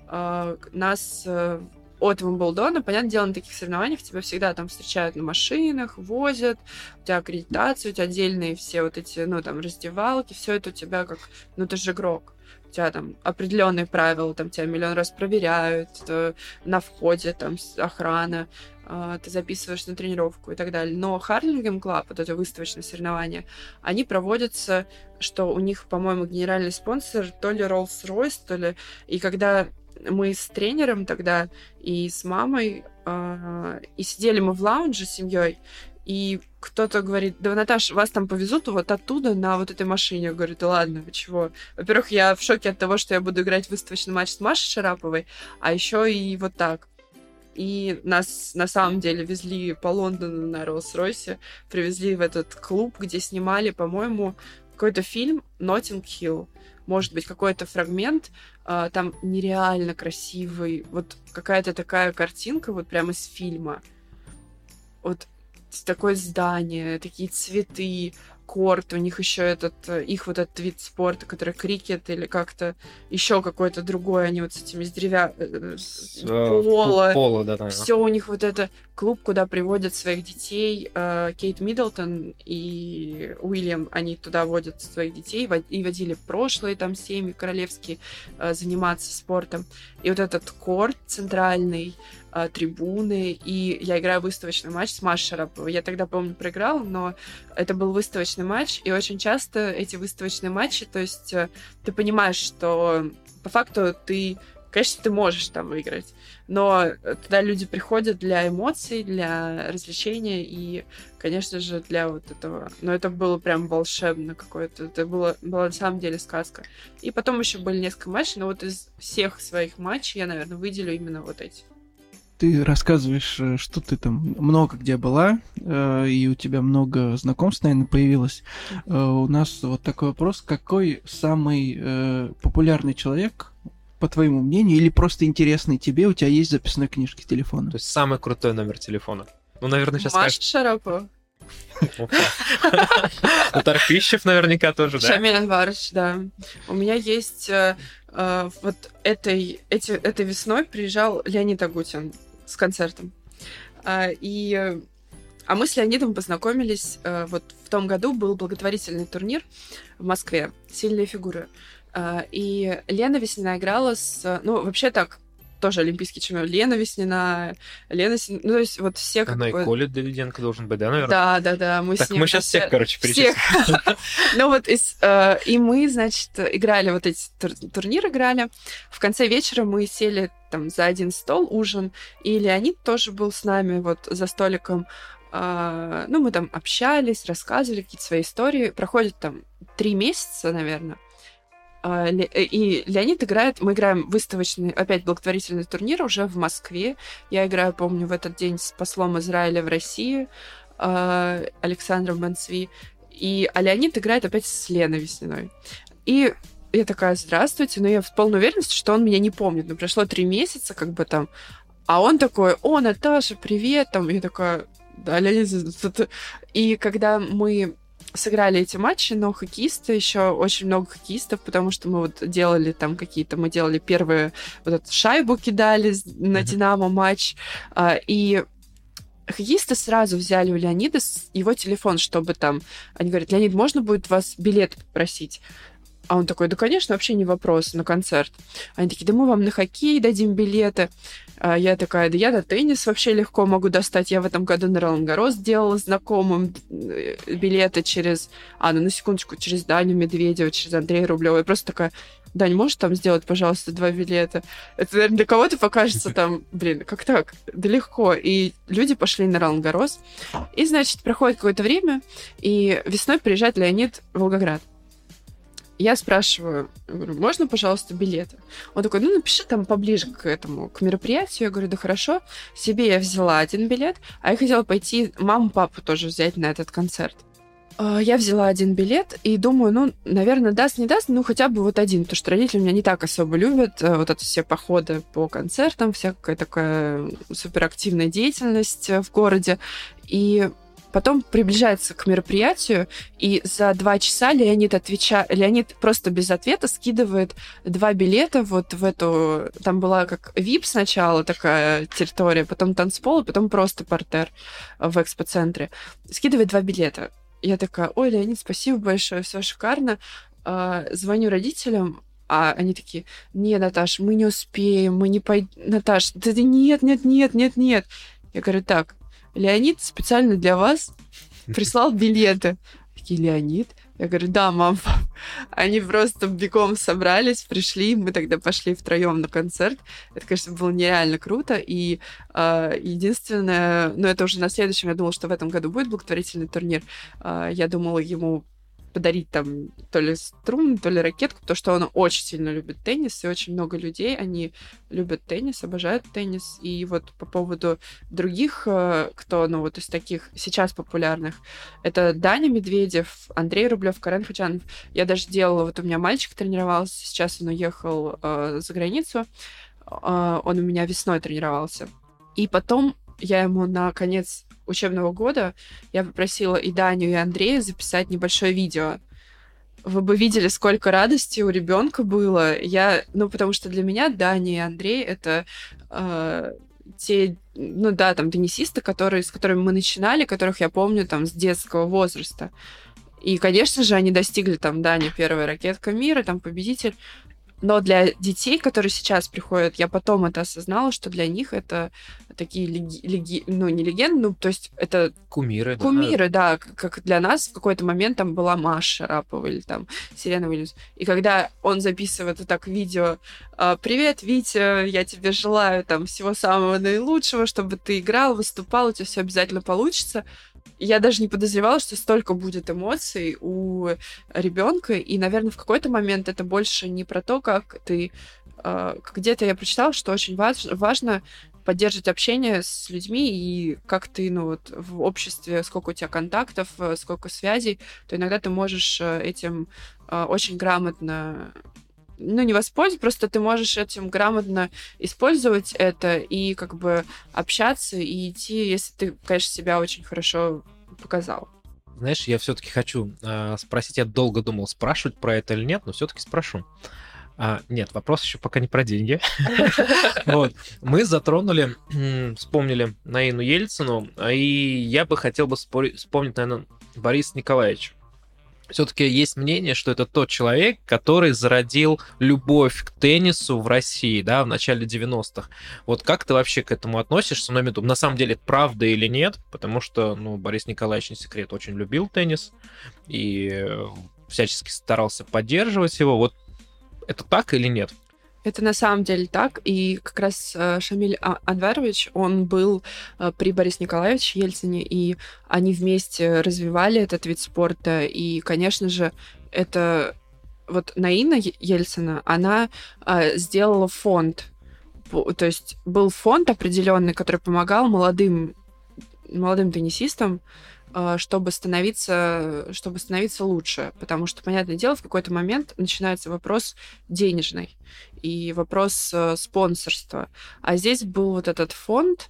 [SPEAKER 1] Нас от Уимблдона, понятное дело, на таких соревнованиях тебя всегда там встречают на машинах, возят, у тебя аккредитация, у тебя отдельные все вот эти, ну, там, раздевалки, все это у тебя как, ну, ты же игрок. У тебя там определенные правила, там тебя миллион раз проверяют, на входе там охрана, ты записываешь на тренировку и так далее. Но Харлингем Клаб, вот это выставочное соревнование, они проводятся, что у них, по-моему, генеральный спонсор то ли Rolls-Royce, то ли... И когда мы с тренером тогда и с мамой, э, и сидели мы в лаунже с семьей, и кто-то говорит: да, Наташа, вас там повезут вот оттуда на вот этой машине. Я говорю: да ладно, вы чего? Во-первых, я в шоке от того, что я буду играть в выставочный матч с Машей Шараповой, а еще и вот так. И нас на самом деле везли по Лондону на Роллс-Ройсе, привезли в этот клуб, где снимали, по-моему, какой-то фильм «Ноттинг Хилл». Может быть, какой-то фрагмент, а, там нереально красивый, вот какая-то такая картинка, вот прямо из фильма. Вот такое здание, такие цветы, корт, у них еще этот, их вот этот вид спорта, который крикет или как-то еще какой-то другой, они вот с этими с деревя... пола,
[SPEAKER 2] пола, да, да.
[SPEAKER 1] Все у них вот это клуб, куда приводят своих детей. Кейт Миддлтон и Уильям, они туда водят своих детей и водили прошлые там семьи королевские заниматься спортом. И вот этот корт центральный, трибуны, и я играю выставочный матч с Машей Шараповой. Я тогда, помню, проиграла, но это был выставочный матч, и очень часто эти выставочные матчи, то есть ты понимаешь, что по факту ты, конечно, ты можешь там выиграть, но туда люди приходят для эмоций, для развлечения и, конечно же, для вот этого. Но это было прям волшебно какое-то. Это было, была на самом деле сказка. И потом еще были несколько матчей, но вот из всех своих матчей я, наверное, выделю именно вот эти.
[SPEAKER 3] Ты рассказываешь, что ты там много где была, и у тебя много знакомств, наверное, появилось. У нас вот такой вопрос. Какой самый популярный человек, по твоему мнению, или просто интересный тебе, у тебя есть в записной книжке телефона?
[SPEAKER 2] То есть самый крутой номер телефона? Ну, наверное, сейчас
[SPEAKER 1] Маша
[SPEAKER 2] скажешь...
[SPEAKER 1] Шарапова.
[SPEAKER 2] Ну, Тарпищев наверняка тоже, да?
[SPEAKER 1] Шамиль Анварович, да. У меня есть... Вот этой, эти, этой весной приезжал Леонид Агутин с концертом. И, а мы с Леонидом познакомились. Вот в том году был благотворительный турнир в Москве «Сильные фигуры». И Лена Веснина играла с... Ну, вообще так, тоже олимпийский чемпион. Лена Веснина, Лена... Син... Ну, то есть вот все...
[SPEAKER 2] Она
[SPEAKER 1] как
[SPEAKER 2] и
[SPEAKER 1] бы...
[SPEAKER 2] Коля Давиденко должен быть, да, наверное?
[SPEAKER 1] Да, да, да. Мы
[SPEAKER 2] так
[SPEAKER 1] с ним
[SPEAKER 2] мы сейчас
[SPEAKER 1] все...
[SPEAKER 2] всех, короче, перечислим.
[SPEAKER 1] Ну вот, и мы, значит, играли вот эти турниры, играли. В конце вечера мы сели там за один стол, ужин, и Леонид тоже был с нами вот за столиком. Ну, мы там общались, рассказывали какие-то свои истории. Проходит там три месяца, наверное. И Леонид играет, мы играем выставочный, опять благотворительный турнир уже в Москве. Я играю, помню, в этот день с послом Израиля в России, Александром Бенцви. И а Леонид играет опять с Леной Весниной. И я такая: здравствуйте, но я в полной уверенности, что он меня не помнит. Но прошло три месяца, как бы там. А он такой: о, Наташа, привет, там. И я такая: да, Леонид. И когда мы сыграли эти матчи, но хоккеисты, еще очень много хоккеистов, потому что мы вот делали там какие-то, мы делали первые, вот эту шайбу кидали на Динамо матч, и хоккеисты сразу взяли у Леонида его телефон, чтобы там... Они говорят, Леонид, можно будет вас билет попросить? А он такой, да, конечно, вообще не вопрос на концерт. Они такие, да мы вам на хоккей дадим билеты. А я такая, да я на теннис вообще легко могу достать. Я в этом году на Ролан-Гаррос делала знакомым билеты через... А, ну на секундочку, через Даню Медведева, через Андрея Рублева. Я просто такая, Дань, можешь там сделать, пожалуйста, два билета? Это, наверное, для кого-то покажется там, блин, как так? Да легко. И люди пошли на Ролан-Гаррос. И, значит, проходит какое-то время, и весной приезжает Леонид в Волгоград. Я спрашиваю, говорю, можно, пожалуйста, билеты? Он такой, ну, напиши там поближе к этому, к мероприятию. Я говорю, да хорошо. Себе я взяла один билет, а я хотела пойти маму, папу тоже взять на этот концерт. Я взяла один билет и думаю, ну, наверное, даст, не даст, ну, хотя бы вот один, потому что родители меня не так особо любят, вот это все походы по концертам, всякая такая суперактивная деятельность в городе. И потом приближается к мероприятию, и за два часа Леонид отвечает, Леонид просто без ответа скидывает два билета вот в эту... Там была как ви ай пи сначала такая территория, потом танцпол, потом просто партер в экспоцентре. Скидывает два билета. Я такая, ой, Леонид, спасибо большое, все шикарно. А, звоню родителям, а они такие, не, Наташ, мы не успеем, мы не пойдем. Наташ, да нет, нет, нет, нет, нет. Я говорю, так, Леонид специально для вас прислал билеты. Такие, Леонид? Я говорю, да, мам. Они просто бегом собрались, пришли, мы тогда пошли втроем на концерт. Это, конечно, было нереально круто. И э, единственное, ну это уже на следующем, я думала, что в этом году будет благотворительный турнир. Э, я думала ему подарить там то ли струн, то ли ракетку, потому что он очень сильно любит теннис, и очень много людей, они любят теннис, обожают теннис. И вот по поводу других, кто, ну вот из таких сейчас популярных, это Даня Медведев, Андрей Рублев, Карен Хачанов. Я даже делала, вот у меня мальчик тренировался, сейчас он уехал э, за границу, э, он у меня весной тренировался. И потом я ему на конец учебного года я попросила и Даню, и Андрея записать небольшое видео. Вы бы видели, сколько радости у ребенка было. Я, ну, потому что для меня Даня и Андрей — это э, те, ну да, там, теннисисты, которые, с которыми мы начинали, которых я помню там с детского возраста. И, конечно же, они достигли там, Даня, первая ракетка мира, там, победитель. Но для детей, которые сейчас приходят, я потом это осознала, что для них это такие, леги... Леги... ну, не легенды, ну, то есть это...
[SPEAKER 2] Кумиры.
[SPEAKER 1] Кумиры, да. да. Как для нас в какой-то момент там была Маша Шарапова или там Серена Уильямс. И когда он записывает вот так видео, «Привет, Витя, я тебе желаю там всего самого наилучшего, чтобы ты играл, выступал, у тебя все обязательно получится». Я даже не подозревала, что столько будет эмоций у ребенка, и, наверное, в какой-то момент это больше не про то, как ты... Э, где-то я прочитала, что очень важ, важно поддерживать общение с людьми, и как ты, ну, вот, в обществе, сколько у тебя контактов, сколько связей, то иногда ты можешь этим э, очень грамотно... Ну, не воспользоваться, просто ты можешь этим грамотно использовать это и как бы общаться и идти, если ты, конечно, себя очень хорошо показал.
[SPEAKER 2] Знаешь, я все-таки хочу э, спросить, я долго думал, спрашивать про это или нет, но все-таки спрошу. А, нет, вопрос еще пока не про деньги. Мы затронули, вспомнили Наину Ельцину, и я бы хотел бы вспомнить, наверное, Бориса Николаевича. Все-таки есть мнение, что это тот человек, который зародил любовь к теннису в России, да, в начале девяностых. Вот как ты вообще к этому относишься? Но на самом деле это правда или нет? Потому что, ну, Борис Николаевич, не секрет, очень любил теннис и всячески старался поддерживать его. Вот это так или нет?
[SPEAKER 1] Это на самом деле так, и как раз Шамиль Анварович, он был при Борисе Николаевиче Ельцине, и они вместе развивали этот вид спорта, и, конечно же, это вот Наина Ельцина, она сделала фонд, то есть был фонд определенный, который помогал молодым, молодым теннисистам, чтобы становиться, чтобы становиться лучше. Потому что, понятное дело, в какой-то момент начинается вопрос денежный и вопрос спонсорства. А здесь был вот этот фонд,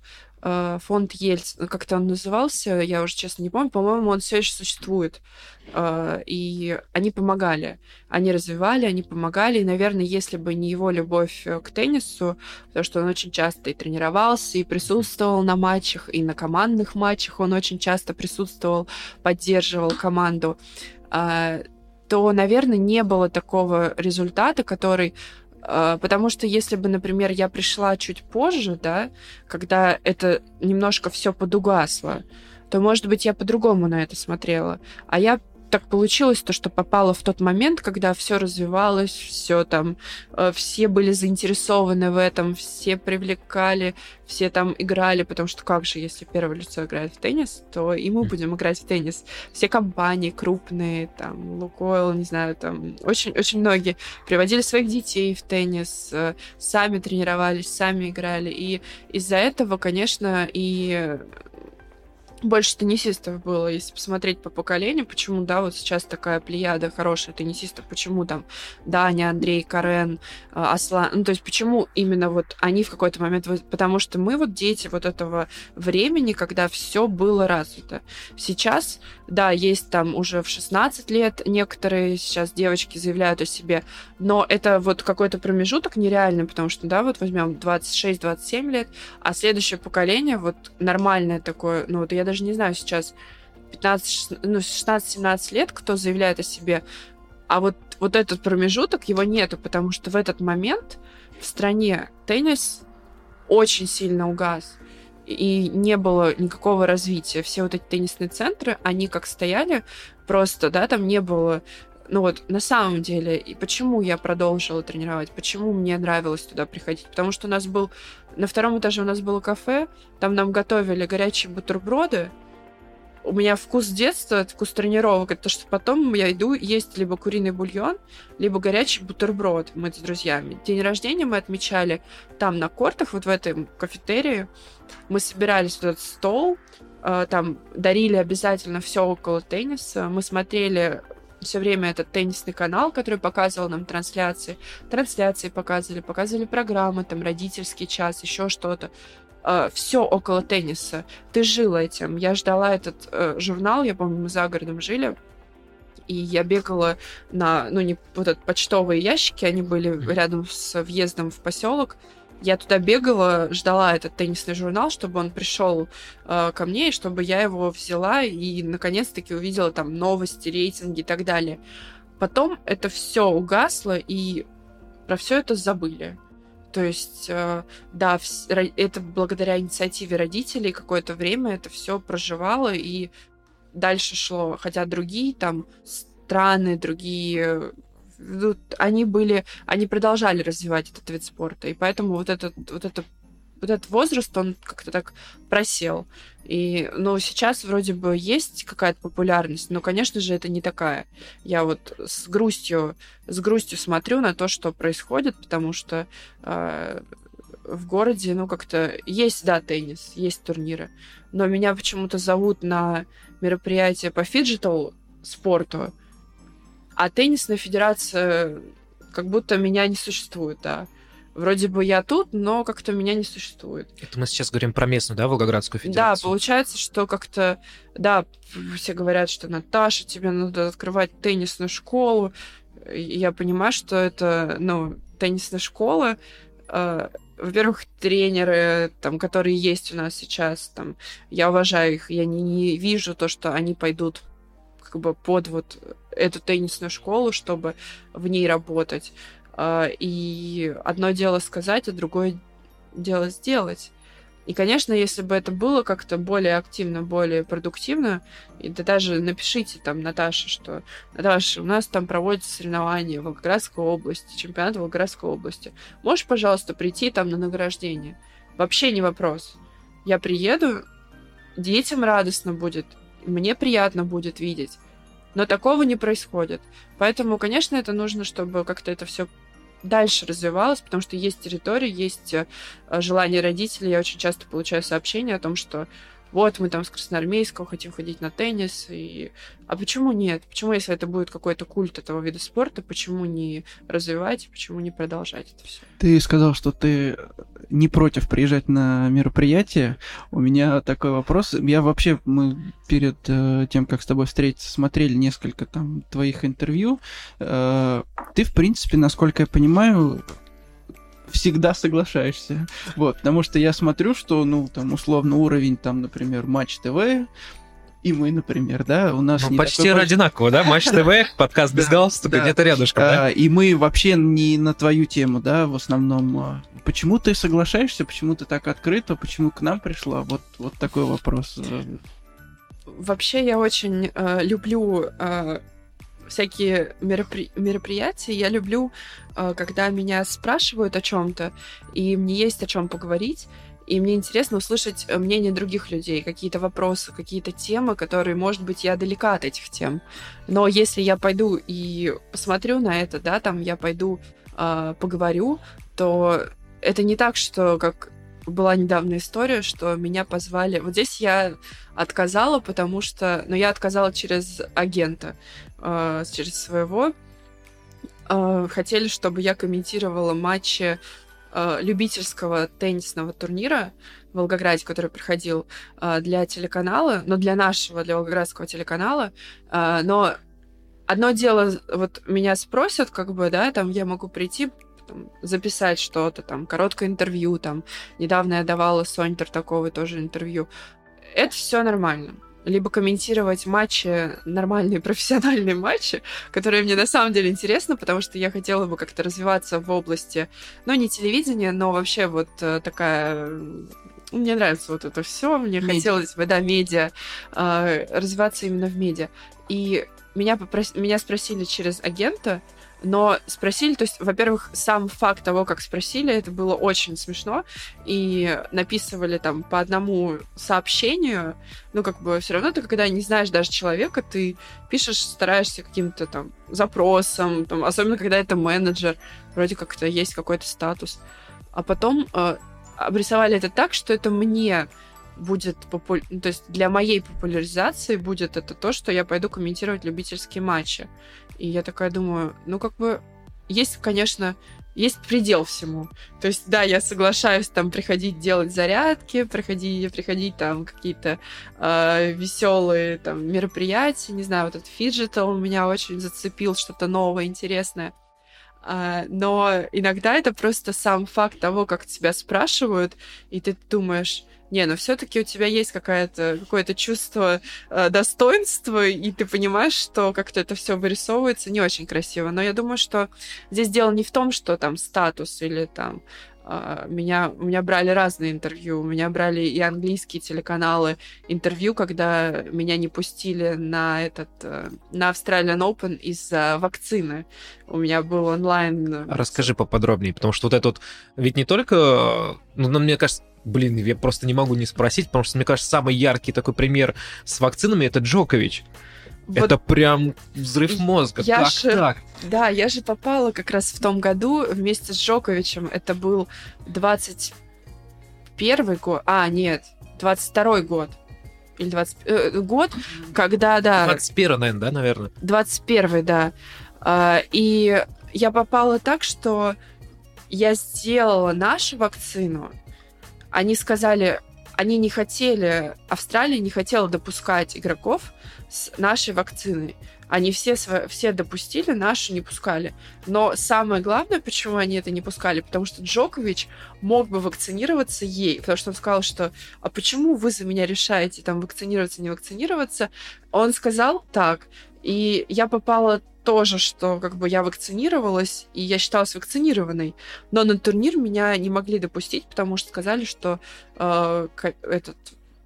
[SPEAKER 1] э, фонд Ельцина, как-то он назывался, я уже, честно, не помню, по-моему, он все еще существует. Э, и они помогали. Они развивали, они помогали. И, наверное, если бы не его любовь к теннису, потому что он очень часто и тренировался, и присутствовал на матчах, и на командных матчах он очень часто присутствовал, поддерживал команду, э, то, наверное, не было такого результата, который... Потому что если бы, например, я пришла чуть позже, да, когда это немножко все подугасло, то, может быть, я по-другому на это смотрела. А я так получилось, то, что попала в тот момент, когда все развивалось, все там, все были заинтересованы в этом, все привлекали, все там играли, потому что как же, если первое лицо играет в теннис, то и мы будем играть в теннис. Все компании крупные, там, Лукойл, не знаю, там, очень-очень многие приводили своих детей в теннис, сами тренировались, сами играли. И из-за этого, конечно, и... больше теннисистов было, если посмотреть по поколению, почему, да, вот сейчас такая плеяда хорошая теннисистов, почему там Даня, Андрей, Карен, Аслан, ну, то есть почему именно вот они в какой-то момент, потому что мы вот дети вот этого времени, когда все было развито. Сейчас, да, есть там уже в шестнадцать лет некоторые сейчас девочки заявляют о себе, но это вот какой-то промежуток нереальный, потому что, да, вот возьмем двадцать шесть - двадцать семь лет, а следующее поколение, вот нормальное такое, ну, вот я даже не знаю сейчас, пятнадцать, ну, шестнадцать-семнадцать лет, кто заявляет о себе, а вот, вот этот промежуток, его нету, потому что в этот момент в стране теннис очень сильно угас, и не было никакого развития. Все вот эти теннисные центры, они как стояли, просто, да, там не было... Ну вот, на самом деле, и почему я продолжила тренировать, почему мне нравилось туда приходить? Потому что у нас был... На втором этаже у нас было кафе, там нам готовили горячие бутерброды. У меня вкус детства, вкус тренировок, это то, что потом я иду есть либо куриный бульон, либо горячий бутерброд. Мы с друзьями. День рождения мы отмечали там на кортах, вот в этом кафетерии. Мы собирались в этот стол, там дарили обязательно все около тенниса. Мы смотрели... все время этот теннисный канал, который показывал нам трансляции. Трансляции показывали, показывали программы, там, родительский час, еще что-то. Uh, все около тенниса. Ты жил этим. Я ждала этот uh, журнал, я помню, мы за городом жили, и я бегала на, ну, не вот этот почтовые ящики, они были рядом с въездом в поселок. Я туда бегала, ждала этот теннисный журнал, чтобы он пришел э, ко мне, и чтобы я его взяла и наконец-таки увидела там новости, рейтинги и так далее. Потом это все угасло, и про все это забыли. То есть, э, да, вс- это благодаря инициативе родителей какое-то время это все проживало и дальше шло. Хотя другие там страны, другие... они были, они продолжали развивать этот вид спорта, и поэтому вот этот, вот этот, вот этот возраст, он как-то так просел. И, ну, сейчас вроде бы есть какая-то популярность, но, конечно же, это не такая. Я вот с грустью, с грустью смотрю на то, что происходит, потому что э, в городе, ну, как-то есть, да, теннис, есть турниры, но меня почему-то зовут на мероприятие по фиджитал спорту, а теннисная федерация как будто меня не существует, да. Вроде бы я тут, но как-то меня не существует.
[SPEAKER 2] Это мы сейчас говорим про местную, да, Волгоградскую
[SPEAKER 1] Да,
[SPEAKER 2] федерацию?
[SPEAKER 1] получается, что как-то... Да, все говорят, что Наташа, тебе надо открывать теннисную школу. И я понимаю, что это, ну, теннисная школа. Э, во-первых, тренеры, там, которые есть у нас сейчас, там, я уважаю их, я не, не вижу то, что они пойдут как бы под вот эту теннисную школу, чтобы в ней работать. И одно дело сказать, а другое дело сделать. И, конечно, если бы это было как-то более активно, более продуктивно, и да даже напишите там Наташе, что Наташа, у нас там проводятся соревнования в Волгоградской области, чемпионат Волгоградской области. Можешь, пожалуйста, прийти там на награждение? Вообще не вопрос. Я приеду, детям радостно будет, мне приятно будет видеть. Но такого не происходит. Поэтому, конечно, это нужно, чтобы как-то это все дальше развивалось, потому что есть территория, есть желание родителей. Я очень часто получаю сообщения о том, что вот мы там с Красноармейского хотим ходить на теннис, и... а почему нет? Почему, если это будет какой-то культ этого вида спорта, почему не развивать, почему не продолжать это все?
[SPEAKER 3] Ты сказал, что ты не против приезжать на мероприятие. У меня такой вопрос. Я вообще, мы перед э, тем, как с тобой встретиться, смотрели несколько там твоих интервью. Э, ты, в принципе, насколько я понимаю, всегда соглашаешься. Вот, потому что я смотрю, что, ну, там, условно, уровень, там, например, Матч ТВ, и мы, например, да, у нас...
[SPEAKER 2] Ну,
[SPEAKER 3] не
[SPEAKER 2] почти
[SPEAKER 3] такой...
[SPEAKER 2] одинаково, да? Матч ТВ, подкаст без галстука, где-то рядышком, да?
[SPEAKER 3] И мы вообще не на твою тему, да, в основном. Почему ты соглашаешься, почему ты так открыта, почему к нам пришла? Вот, вот такой вопрос.
[SPEAKER 1] Вообще я очень э, люблю э, всякие меропри... мероприятия. Я люблю, э, когда меня спрашивают о чем-то, и мне есть о чем поговорить. И мне интересно услышать мнение других людей, какие-то вопросы, какие-то темы, которые, может быть, я далека от этих тем. Но если я пойду и посмотрю на это, да, там я пойду э, поговорю, то это не так, что как была недавно история, что меня позвали. Вот здесь я отказала, потому что... Ну, я отказала через агента, э, через своего. Э, хотели, чтобы я комментировала матчи любительского теннисного турнира в Волгограде, который проходил для телеканала, но для нашего, для волгоградского телеканала. Но одно дело, вот меня спросят, как бы, да, там я могу прийти, там, записать что-то, там, короткое интервью, там, недавно я давала Соне Тартаковой тоже интервью. Это все нормально. Либо комментировать матчи, нормальные профессиональные матчи, которые мне на самом деле интересны, потому что я хотела бы как-то развиваться в области, ну, не телевидения, но вообще вот такая... Мне нравится вот это все, мне медиа. Хотелось бы, да, медиа, развиваться именно в медиа. И меня, попрос... меня спросили через агента, но спросили, то есть, во-первых, сам факт того, как спросили, это было очень смешно, и написывали там по одному сообщению, ну, как бы, все равно ты, когда не знаешь даже человека, ты пишешь, стараешься каким-то там запросом, там, особенно когда это менеджер, вроде как это есть какой-то статус, а потом э, обрисовали это так, что это мне будет попу... ну, то есть для моей популяризации будет это то, что я пойду комментировать любительские матчи. И я такая думаю, ну, как бы, есть, конечно, есть предел всему. То есть, да, я соглашаюсь там приходить делать зарядки, приходить, приходить там какие-то э, веселые там мероприятия, не знаю, вот этот фиджитал меня очень зацепил, что-то новое, интересное. Uh, но иногда это просто сам факт того, как тебя спрашивают, и ты думаешь, не, ну все-таки у тебя есть какая-то, какое-то чувство uh, достоинства, и ты понимаешь, что как-то это все вырисовывается не очень красиво. Но я думаю, что здесь дело не в том, что там статус или там Uh, меня, у меня брали разные интервью. У меня брали и английские телеканалы интервью, когда меня не пустили на этот uh, на Australian Open из-за вакцины. У меня был онлайн...
[SPEAKER 2] Расскажи поподробнее, потому что вот это вот... Ведь не только... Ну, мне кажется... Блин, я просто не могу не спросить, потому что, мне кажется, самый яркий такой пример с вакцинами — это Джокович. Вот это прям взрыв мозга.
[SPEAKER 1] Я
[SPEAKER 2] как
[SPEAKER 1] же,
[SPEAKER 2] так?
[SPEAKER 1] Да, я же попала как раз в том году вместе с Джоковичем. Это был двадцать первый год. А, нет, двадцать второй год. Или двадцать э, год, когда, да...
[SPEAKER 2] двадцать первый, наверное, да, наверное?
[SPEAKER 1] двадцать первый, да. А, и я попала так, что я сделала нашу вакцину. Они сказали... Они не хотели, Австралия не хотела допускать игроков с нашей вакциной. Они все, все допустили, нашу не пускали. Но самое главное, почему они это не пускали, потому что Джокович мог бы вакцинироваться ей, потому что он сказал, что «А почему вы за меня решаете, там, вакцинироваться, не вакцинироваться?» Он сказал так, и я попала тоже, что как бы я вакцинировалась, и я считалась вакцинированной, но на турнир меня не могли допустить, потому что сказали, что э, этот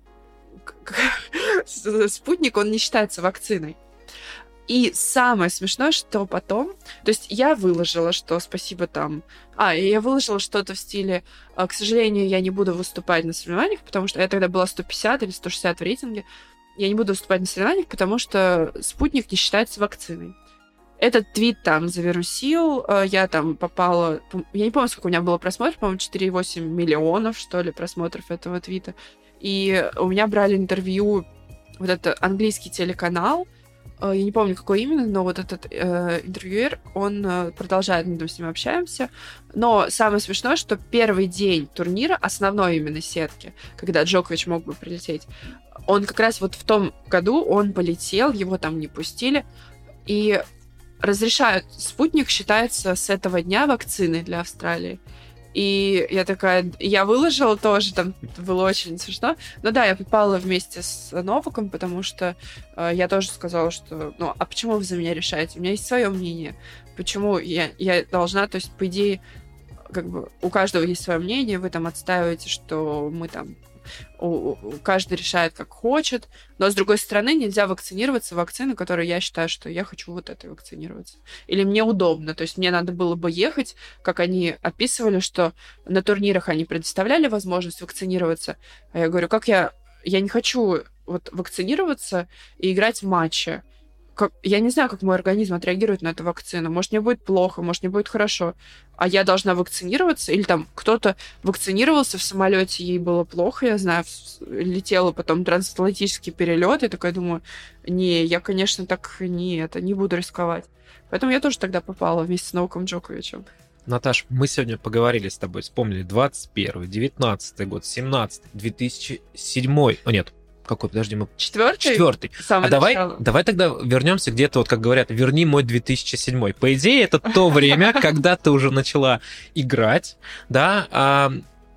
[SPEAKER 1] спутник, он не считается вакциной. И самое смешное, что потом... То есть я выложила, что спасибо там... А, я выложила что-то в стиле... К сожалению, я не буду выступать на соревнованиях, потому что я тогда была сто пятьдесят или сто шестьдесят в рейтинге. Я не буду выступать на соревнованиях, потому что спутник не считается вакциной. Этот твит там завирусил, я там попала... Я не помню, сколько у меня было просмотров, по-моему, четыре целых восемь десятых миллионов, что ли, просмотров этого твита. И у меня брали интервью вот этот английский телеканал, я не помню, какой именно, но вот этот э, интервьюер, он э, продолжает, мы с ним общаемся. Но самое смешное, что первый день турнира, основной именно сетки, когда Джокович мог бы прилететь, он как раз вот в том году, он полетел, его там не пустили, и разрешают, спутник считается с этого дня вакциной для Австралии. И я такая, я выложила тоже, там было очень смешно. Но да, я попала вместе с Новаком, потому что э, я тоже сказала, что, ну, а почему вы за меня решаете? У меня есть свое мнение. Почему я, я должна, то есть, по идее, как бы у каждого есть свое мнение, вы там отстаиваете, что мы там У, у, каждый решает, как хочет. Но, с другой стороны, нельзя вакцинироваться вакциной, которую я считаю, что я хочу вот этой вакцинироваться. Или мне удобно. То есть мне надо было бы ехать, как они описывали, что на турнирах они предоставляли возможность вакцинироваться. А я говорю, как я... Я не хочу вот вакцинироваться и играть в матче. Как... Я не знаю, как мой организм отреагирует на эту вакцину. Может, мне будет плохо, может, мне будет хорошо. А я должна вакцинироваться? Или там кто-то вакцинировался в самолете, ей было плохо, я знаю, летела потом трансатлантический перелет, и такая думаю, не, я, конечно, так не, это, не буду рисковать. Поэтому я тоже тогда попала вместе с Новаком Джоковичем.
[SPEAKER 2] Наташ, мы сегодня поговорили с тобой, вспомнили двадцать первый, девятнадцатый год, семнадцатый, две тысячи седьмой, о нет, какой, подожди, мы...
[SPEAKER 1] Четвертый?
[SPEAKER 2] Четвертый. А давай, давай тогда вернемся где-то, вот как говорят, верни мой две тысячи седьмой. По идее, это то время, когда ты уже начала играть, да, а,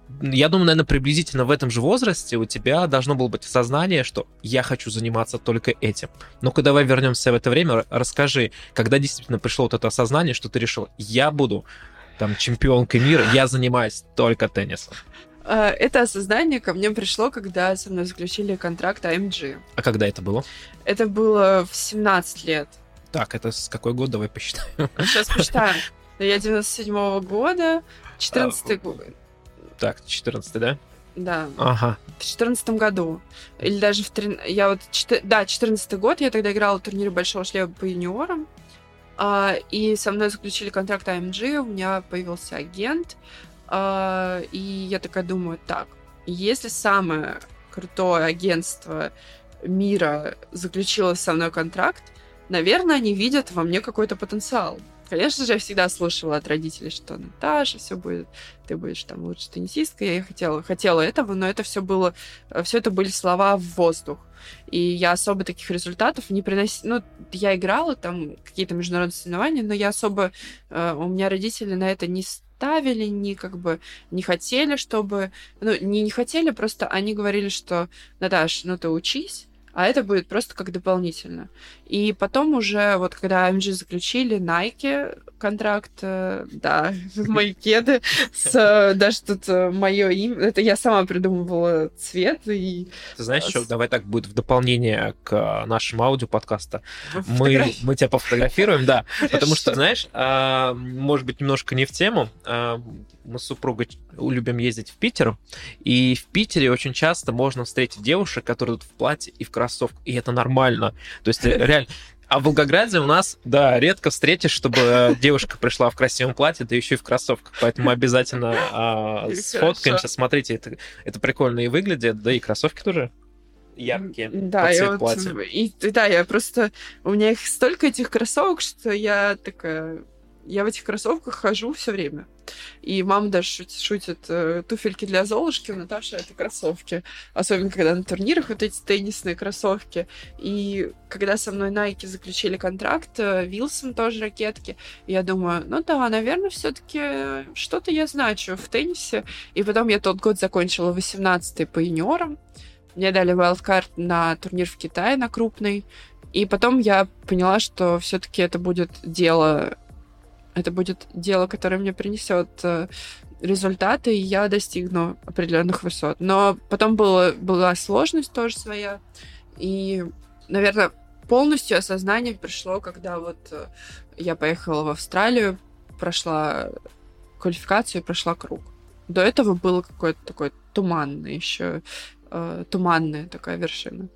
[SPEAKER 2] я думаю, наверное, приблизительно в этом же возрасте у тебя должно было быть осознание, что я хочу заниматься только этим. Ну-ка, давай вернемся в это время, расскажи, когда действительно пришло вот это осознание, что ты решил, я буду там чемпионкой мира, я занимаюсь только теннисом.
[SPEAKER 1] Это осознание ко мне пришло, когда со мной заключили контракт эй эм джи.
[SPEAKER 2] А когда это было?
[SPEAKER 1] Это было в семнадцать лет.
[SPEAKER 2] Так, это с какой год? Давай посчитаем.
[SPEAKER 1] Сейчас посчитаем. Я девяносто седьмого года, четырнадцатый год.
[SPEAKER 2] Так, четырнадцатый, да?
[SPEAKER 1] Да.
[SPEAKER 2] Ага.
[SPEAKER 1] В четырнадцатом году. Или даже в... Три... Я вот... Четы... Да, четырнадцатый год. Я тогда играла в турнире Большого шлема по юниорам. А, и со мной заключили контракт эй эм джи. У меня появился агент. Uh, и я такая думаю, так, если самое крутое агентство мира заключило со мной контракт, наверное, они видят во мне какой-то потенциал. Конечно же, я всегда слышала от родителей, что Наташа, все будет, ты будешь там лучше теннисисткой. Я хотела, хотела этого, но это все было, все это были слова в воздух. И я особо таких результатов не приносила. Ну, я играла там какие-то международные соревнования, но я особо, uh, у меня родители на это не ставили, не как бы не хотели, чтобы... Ну, не не хотели, просто они говорили, что Наташ, ну ты учись, а это будет просто как дополнительно. И потом уже, вот когда эй эм джи заключили, Nike контракт, э, да, мои кеды, с, даже тут мое имя, это я сама придумывала цвет. И...
[SPEAKER 2] Ты знаешь, что, давай так будет в дополнение к нашему аудиоподкасту. Мы, мы тебя пофотографируем, да, потому что, знаешь, может быть, немножко не в тему, мы с супругой любим ездить в Питер, и в Питере очень часто можно встретить девушек, которые идут в платье и в кроссовках, и это нормально. То есть реально... А в Волгограде у нас, да, редко встретишь, чтобы девушка пришла в красивом платье, да еще и в кроссовках. Поэтому обязательно а, сфоткаемся. Смотрите, это, это прикольно и выглядит, да и кроссовки тоже яркие.
[SPEAKER 1] Да,
[SPEAKER 2] под цвет
[SPEAKER 1] я
[SPEAKER 2] платья.
[SPEAKER 1] Вот, и, да, я просто... У меня их столько, этих кроссовок, что я такая... Я в этих кроссовках хожу все время. И мама даже шутит, шутит э, туфельки для Золушки, у Наташи это кроссовки. Особенно, когда на турнирах вот эти теннисные кроссовки. И когда со мной Nike заключили контракт, э, Wilson тоже ракетки, я думаю, ну да, наверное, все-таки что-то я значу в теннисе. И потом я тот год закончила восемнадцатый по юниорам. Мне дали wildcard на турнир в Китае, на крупный. И потом я поняла, что все-таки это будет дело... Это будет дело, которое мне принесет э, результаты, и я достигну определенных высот. Но потом было, была сложность тоже своя. И, наверное, полностью осознание пришло, когда вот э, я поехала в Австралию, прошла квалификацию и прошла круг. До этого было какое-то такое туманное еще, э, туманная такая вершина.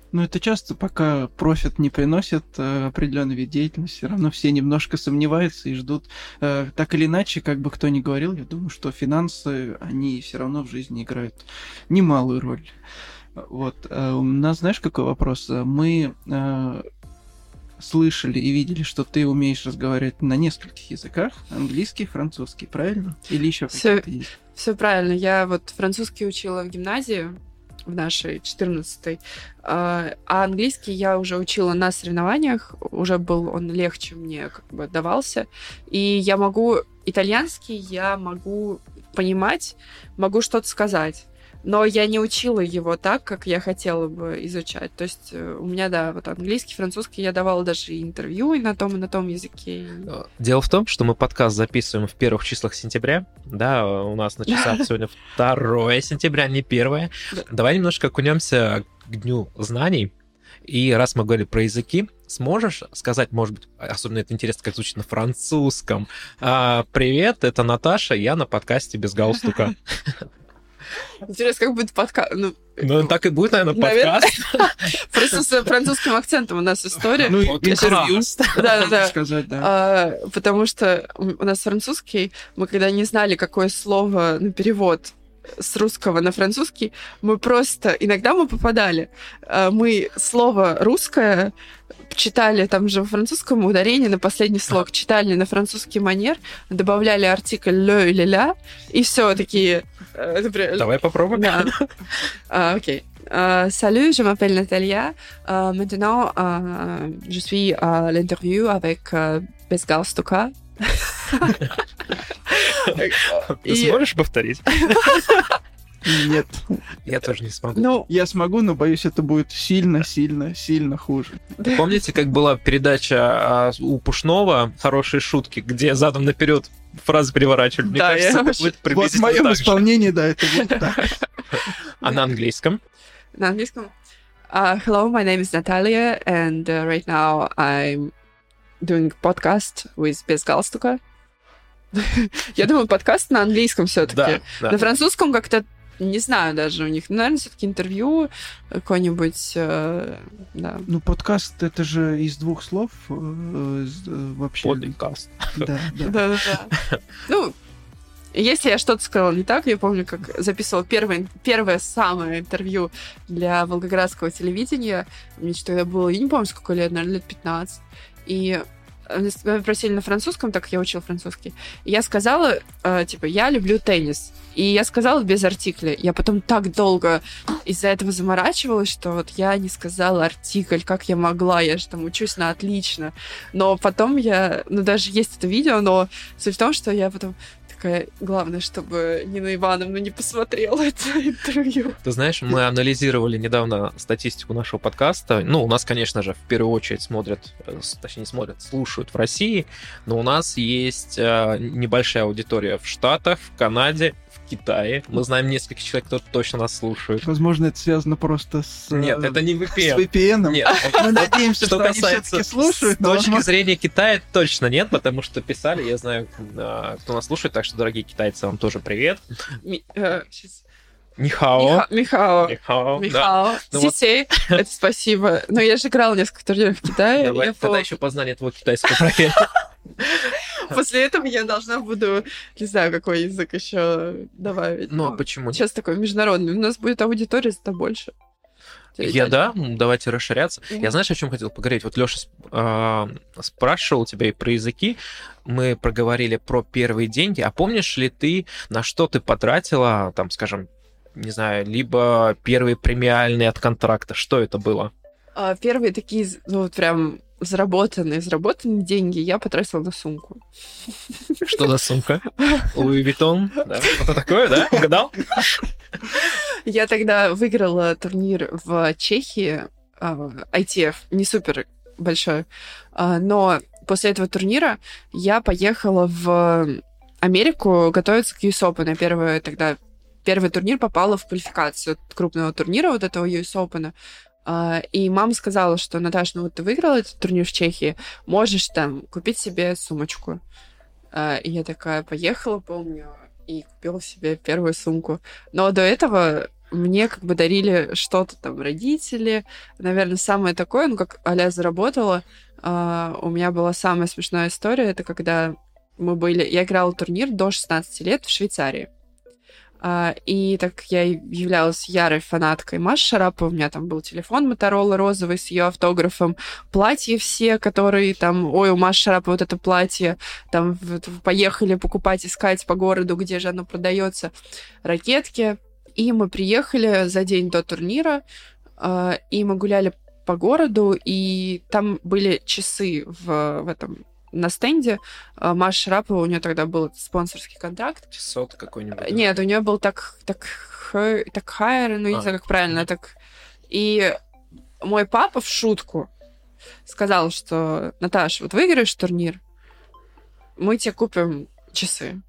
[SPEAKER 3] Ну, это часто, пока профит не приносит э, определенный вид деятельности, все равно все немножко сомневаются и ждут. Э, так или иначе, как бы кто ни говорил, я думаю, что финансы, они все равно в жизни играют немалую роль. Вот. Э, у нас, знаешь, какой вопрос? Мы э, слышали и видели, что ты умеешь разговаривать на нескольких языках. Английский, французский, правильно? Или еще какие-то есть?
[SPEAKER 1] Все правильно. Я вот французский учила в гимназии, в нашей четырнадцатой, а английский я уже учила на соревнованиях, уже был он легче мне как бы давался, и я могу, итальянский я могу понимать, могу что-то сказать, но я не учила его так, как я хотела бы изучать. То есть у меня, да, вот английский, французский, я давала даже интервью и на том, и на том языке.
[SPEAKER 2] Дело в том, что мы подкаст записываем в первых числах сентября, да, у нас на часах сегодня второе сентября, не первое. Да. Давай немножко окунемся к Дню знаний. И раз мы говорили про языки, сможешь сказать, может быть, особенно это интересно, как звучит на французском. А, привет, это Наташа, я на подкасте без галстука.
[SPEAKER 1] Интересно, как будет подкаст. Ну,
[SPEAKER 2] ну, так и будет, наверное, подкаст.
[SPEAKER 1] Просто с французским акцентом у нас история.
[SPEAKER 3] Ну, интервью.
[SPEAKER 1] Да-да-да.
[SPEAKER 3] Сказать, да.
[SPEAKER 1] Потому что у нас французский, мы когда не знали, какое слово на перевод с русского на французский, мы просто... Иногда мы попадали. Мы слово «русское» читали там же во французском ударение на последний слог, читали на французский манер, добавляли артикль «le» или «la», и все такие...
[SPEAKER 2] Давай попробуем.
[SPEAKER 1] Да. uh, окей. Uh, salut, je m'appelle Natalia. Uh, maintenant, uh, je suis à l'interview avec uh, без галстука.
[SPEAKER 2] Ты сможешь повторить?
[SPEAKER 3] Нет.
[SPEAKER 2] Я тоже не смогу.
[SPEAKER 3] Ну, я смогу, но боюсь, это будет сильно-сильно, сильно хуже.
[SPEAKER 2] Помните, как была передача у Пушного «Хорошие шутки», где задом наперед фразы переворачивали? Мне
[SPEAKER 1] да,
[SPEAKER 2] кажется,
[SPEAKER 1] я...
[SPEAKER 2] это будет приблизительно
[SPEAKER 3] вот в моем
[SPEAKER 2] так
[SPEAKER 3] исполнении,
[SPEAKER 2] же.
[SPEAKER 3] Да, это будет так.
[SPEAKER 2] А на английском?
[SPEAKER 1] На английском? Uh, hello, my name is Natalia, and uh, right now I'm doing podcast with без галстука. Я думаю, подкаст на английском все-таки.
[SPEAKER 2] Да, да.
[SPEAKER 1] На французском как-то не знаю даже у них. Наверное, все-таки интервью какое-нибудь. Э, да.
[SPEAKER 3] Ну, подкаст это же из двух слов э, э, вообще.
[SPEAKER 2] Подкаст.
[SPEAKER 3] Да, да.
[SPEAKER 1] Да, да. Ну, если я что-то сказала не так, я помню, как записывала первое, первое самое интервью для волгоградского телевидения. Мне что тогда было, я не помню, сколько лет, наверное, лет пятнадцать. И меня просили на французском, так как я учила французский. И я сказала, э, типа, я люблю теннис. И я сказала без артикля. Я потом так долго из-за этого заморачивалась, что вот я не сказала артикль, как я могла. Я же там учусь на отлично. Но потом я... Ну, даже есть это видео, но суть в том, что я потом... такая, главное, чтобы Нина Ивановна не посмотрела это интервью.
[SPEAKER 2] Ты знаешь, мы анализировали недавно статистику нашего подкаста. Ну, у нас, конечно же, в первую очередь смотрят, точнее, не смотрят, слушают в России, но у нас есть небольшая аудитория в Штатах, в Канаде, в Китае. Мы знаем нескольких человек, кто точно нас слушает.
[SPEAKER 3] Возможно, это связано просто с...
[SPEAKER 2] Нет, это не ви пи эн.
[SPEAKER 3] С ви пи эн.
[SPEAKER 2] Нет.
[SPEAKER 3] Мы надеемся, что они все-таки слушают.
[SPEAKER 2] С точки зрения Китая точно нет, потому что писали, я знаю, кто нас слушает, так что, дорогие китайцы, вам тоже привет. Нихао.
[SPEAKER 1] Михао.
[SPEAKER 2] Михао.
[SPEAKER 1] Михао. Сисей. Это спасибо. Но я же играла несколько турниров в Китае.
[SPEAKER 2] Давай тогда еще познание твоего китайского проверим.
[SPEAKER 1] После этого я должна буду, не знаю, какой язык еще добавить.
[SPEAKER 2] Ну, а почему?
[SPEAKER 1] Сейчас такой международный. У нас будет аудитория зато больше.
[SPEAKER 2] Я, да, давайте расширяться. Mm-hmm. Я, знаешь, о чем хотел поговорить? Вот Лёша э, спрашивал тебя и про языки. Мы проговорили про первые деньги. А помнишь ли ты, на что ты потратила, там, скажем, не знаю, либо первые премиальные от контракта? Что это было?
[SPEAKER 1] А, первые такие, ну, вот прям заработанные, заработанные деньги я потратила на сумку.
[SPEAKER 2] Что за сумка? Луи Виттон? Что-то такое, да? Угадал?
[SPEAKER 1] Я тогда выиграла турнир в Чехии, ай ти эф, не супер большой, но после этого турнира я поехала в Америку готовиться к ю эс Open. Первый, тогда первый турнир попала в квалификацию крупного турнира вот этого ю эс Open. И мама сказала, что, Наташа, ну вот ты выиграла этот турнир в Чехии, можешь там купить себе сумочку. И я такая поехала, помню, и купила себе первую сумку. Но до этого мне как бы дарили что-то там родители. Наверное, самое такое, ну, как а-ля заработала. Uh, у меня была самая смешная история. Это когда мы были... Я играла турнир до шестнадцати лет в Швейцарии. Uh, и так как я являлась ярой фанаткой Маши Шараповой, у меня там был телефон Motorola розовый с ее автографом, платья все, которые там... Ой, у Маши Шараповой вот это платье. Там поехали покупать, искать по городу, где же оно продается. Ракетки. И мы приехали за день до турнира, uh, и мы гуляли по городу, и там были часы в, в этом на стенде. Маша Шарапова, у нее тогда был спонсорский контракт.
[SPEAKER 2] Сот какой-нибудь? Да?
[SPEAKER 1] Нет, у нее был так так так хайер, ну, а. не знаю, как правильно. Так... И мой папа в шутку сказал, что Наташа, вот выиграешь турнир, мы тебе купим часы.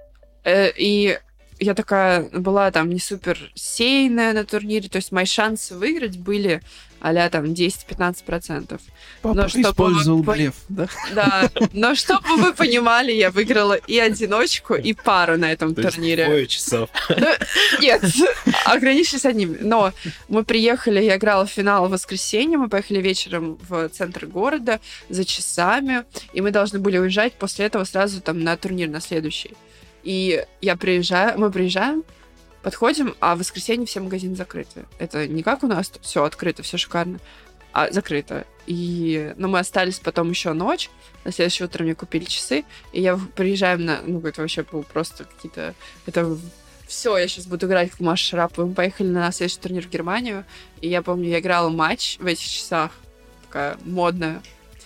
[SPEAKER 1] И я такая была там не супер сейная на турнире, то есть мои шансы выиграть были а-ля там десять-пятнадцать процентов.
[SPEAKER 3] Папа но использовал вы... блеф, да? Да,
[SPEAKER 1] но чтобы вы понимали, я выиграла и одиночку, и пару на этом
[SPEAKER 2] то
[SPEAKER 1] турнире.
[SPEAKER 2] Двое часов.
[SPEAKER 1] Ну, нет, ограничились одним. Но мы приехали, я играла в финал в воскресенье, мы поехали вечером в центр города за часами, и мы должны были уезжать после этого сразу там на турнир на следующий. И я приезжаю, мы приезжаем, подходим, а в воскресенье все магазины закрыты. Это не как у нас все открыто, все шикарно, а закрыто. И, ну, мы остались потом еще ночь. На следующее утро мне купили часы, и я приезжаем на... Ну, это вообще было просто какие-то... Это все, я сейчас буду играть в Машу Шарапову. Мы поехали на следующий турнир в Германию, и я помню, я играла матч в этих часах, такая модная.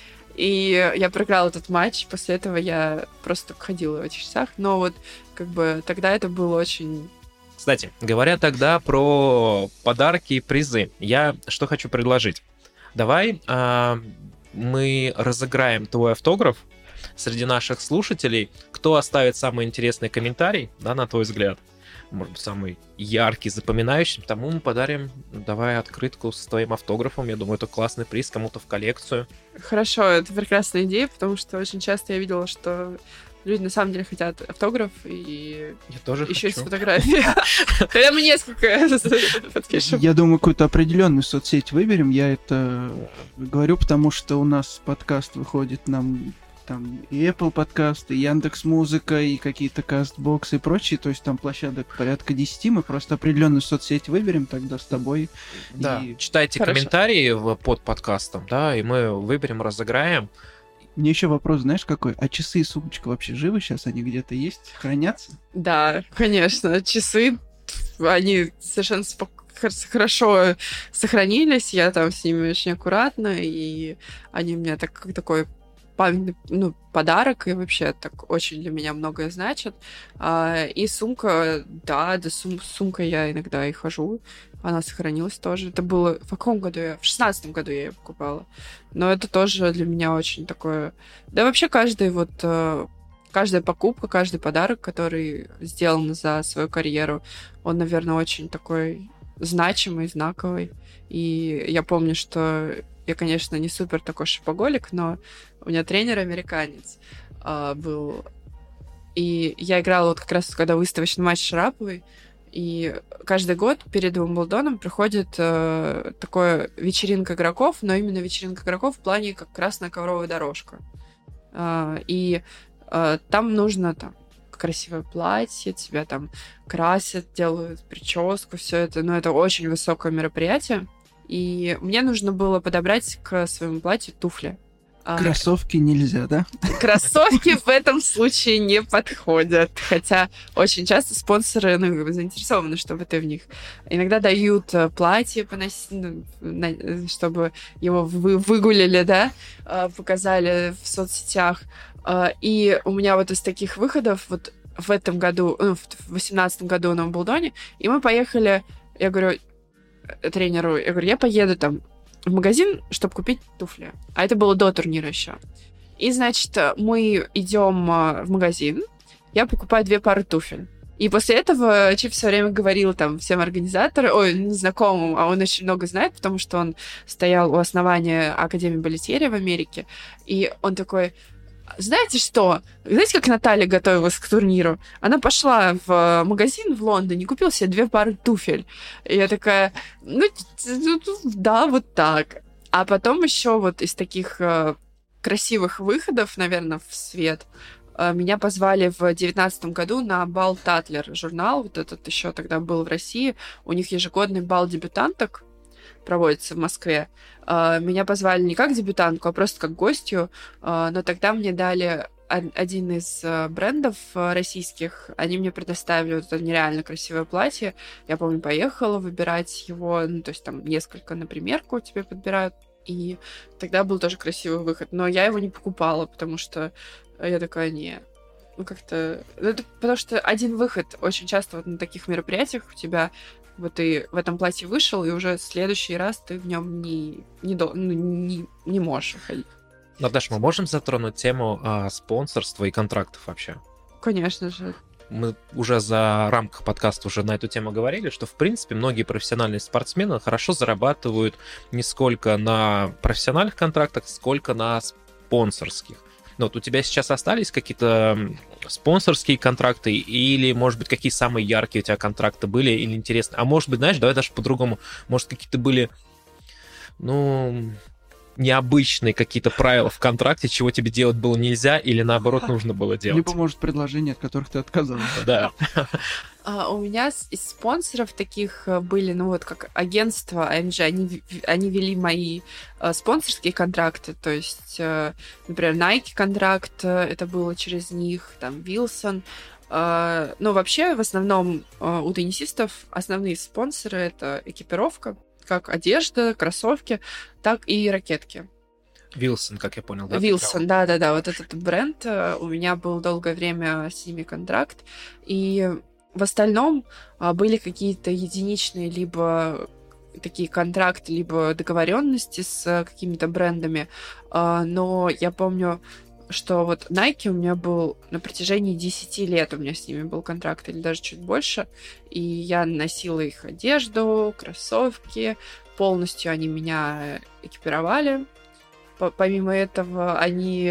[SPEAKER 1] И я проиграла этот матч, после этого я просто только ходила в этих часах. Но вот как бы тогда это было очень...
[SPEAKER 2] Кстати, говоря тогда про подарки и призы, я что хочу предложить. Давай а, мы разыграем твой автограф среди наших слушателей. Кто оставит самый интересный комментарий, да, на твой взгляд, может быть, самый яркий, запоминающий, тому мы подарим, давай, открытку с твоим автографом. Я думаю, это классный приз кому-то в коллекцию.
[SPEAKER 1] Хорошо, это прекрасная идея, потому что очень часто я видела, что люди на самом деле хотят автограф и
[SPEAKER 2] я тоже
[SPEAKER 1] еще
[SPEAKER 2] хочу.
[SPEAKER 1] Есть фотографии. Тогда мы несколько подпишем.
[SPEAKER 3] Я думаю, какую-то определенную соцсеть выберем. Я это говорю, потому что у нас подкаст выходит нам там и Apple подкасты, и Яндекс.Музыка, и какие-то кастбоксы и прочие, то есть там площадок порядка десяти, мы просто определенную соцсеть выберем тогда с тобой.
[SPEAKER 2] Да,
[SPEAKER 3] и...
[SPEAKER 2] читайте Хорошо. Комментарии под подкастом, да, и мы выберем, разыграем.
[SPEAKER 3] Мне еще вопрос, знаешь, какой? А часы и сумочка вообще живы сейчас? Они где-то есть? Хранятся?
[SPEAKER 1] Да, конечно. Часы, они совершенно спокойно хорошо сохранились, я там с ними очень аккуратно, и они у меня так, как такой памятный, ну, подарок, и вообще так очень для меня многое значит. А, и сумка, да, да, сум, сумкой я иногда и хожу, она сохранилась тоже. Это было... В каком году я? В шестнадцатом году я ее покупала. Но это тоже для меня очень такое... Да вообще каждый вот... Каждая покупка, каждый подарок, который сделан за свою карьеру, он, наверное, очень такой значимый, знаковый. И я помню, что я, конечно, не супер такой шопоголик, но у меня тренер американец э, был. И я играла вот как раз, когда выставочный матч Шараповой. И каждый год перед Уимблдоном приходит э, такая вечеринка игроков, но именно вечеринка игроков в плане как красная ковровая дорожка. Э, и э, там нужно там красивое платье, тебя там красят, делают прическу, все это. Но это очень высокое мероприятие. И мне нужно было подобрать к своему платью туфли.
[SPEAKER 3] Кроссовки нельзя, да?
[SPEAKER 1] Кроссовки в этом случае не подходят. Хотя очень часто спонсоры, ну, заинтересованы, чтобы ты в них. Иногда дают платье, поносить, ну, чтобы его вы, выгулили, да, показали в соцсетях. И у меня вот из таких выходов вот в этом году, ну, в восемнадцатом году на Уимблдоне, и мы поехали, я говорю тренеру, я говорю, я поеду там в магазин, чтобы купить туфли. А это было до турнира еще. И, значит, мы идем в магазин, я покупаю две пары туфель. И после этого Чип все время говорил там всем организаторам, ой, незнакомым, а он очень много знает, потому что он стоял у основания Академии балетьерия в Америке. И он такой, знаете что? Знаете, как Наталья готовилась к турниру? Она пошла в магазин в Лондоне, купила себе две пары туфель. И я такая, ну, да, вот так. А потом еще вот из таких э, красивых выходов, наверное, в свет, э, меня позвали в девятнадцатом году на бал Татлер, журнал, вот этот еще тогда был в России. У них ежегодный бал дебютанток проводится в Москве. Uh, меня позвали не как дебютантку, а просто как гостью, uh, но тогда мне дали один из uh, брендов uh, российских, они мне предоставили вот это нереально красивое платье. Я помню, поехала выбирать его, ну, то есть там несколько на примерку тебе подбирают, и тогда был тоже красивый выход, но я его не покупала, потому что я такая, не, ну как-то... Это потому что один выход очень часто вот на таких мероприятиях у тебя вот ты в этом платье вышел, и уже в следующий раз ты в нем не, не, до, ну, не, не можешь уходить.
[SPEAKER 2] Наташа, мы можем затронуть тему а, спонсорства и контрактов вообще?
[SPEAKER 1] Конечно же.
[SPEAKER 2] Мы уже за рамках подкаста уже на эту тему говорили, что, в принципе, многие профессиональные спортсмены хорошо зарабатывают не сколько на профессиональных контрактах, сколько на спонсорских. Ну, вот у тебя сейчас остались какие-то спонсорские контракты или, может быть, какие самые яркие у тебя контракты были или интересные? А может быть, знаешь, давай даже по-другому. Может, какие-то были, ну, необычные какие-то правила в контракте, чего тебе делать было нельзя или, наоборот, нужно было делать?
[SPEAKER 3] Либо, может, предложения, от которых ты отказался.
[SPEAKER 2] Да.
[SPEAKER 1] Uh, у меня из спонсоров таких были, ну вот как агентство эй эм джи, они, они вели мои uh, спонсорские контракты, то есть, uh, например, Nike контракт, uh, это было через них, там, Wilson. Uh, но вообще, в основном, uh, у теннисистов основные спонсоры — это экипировка, как одежда, кроссовки, так и ракетки.
[SPEAKER 2] Wilson, как я понял, да?
[SPEAKER 1] Wilson, да-да-да, вот этот бренд. Uh, у меня был долгое время с ними контракт, и в остальном а, были какие-то единичные либо такие контракты, либо договоренности с а, какими-то брендами. А, но я помню, что вот Nike у меня был на протяжении десяти лет, у меня с ними был контракт, или даже чуть больше. И я носила их одежду, кроссовки. Полностью они меня экипировали. Помимо этого, они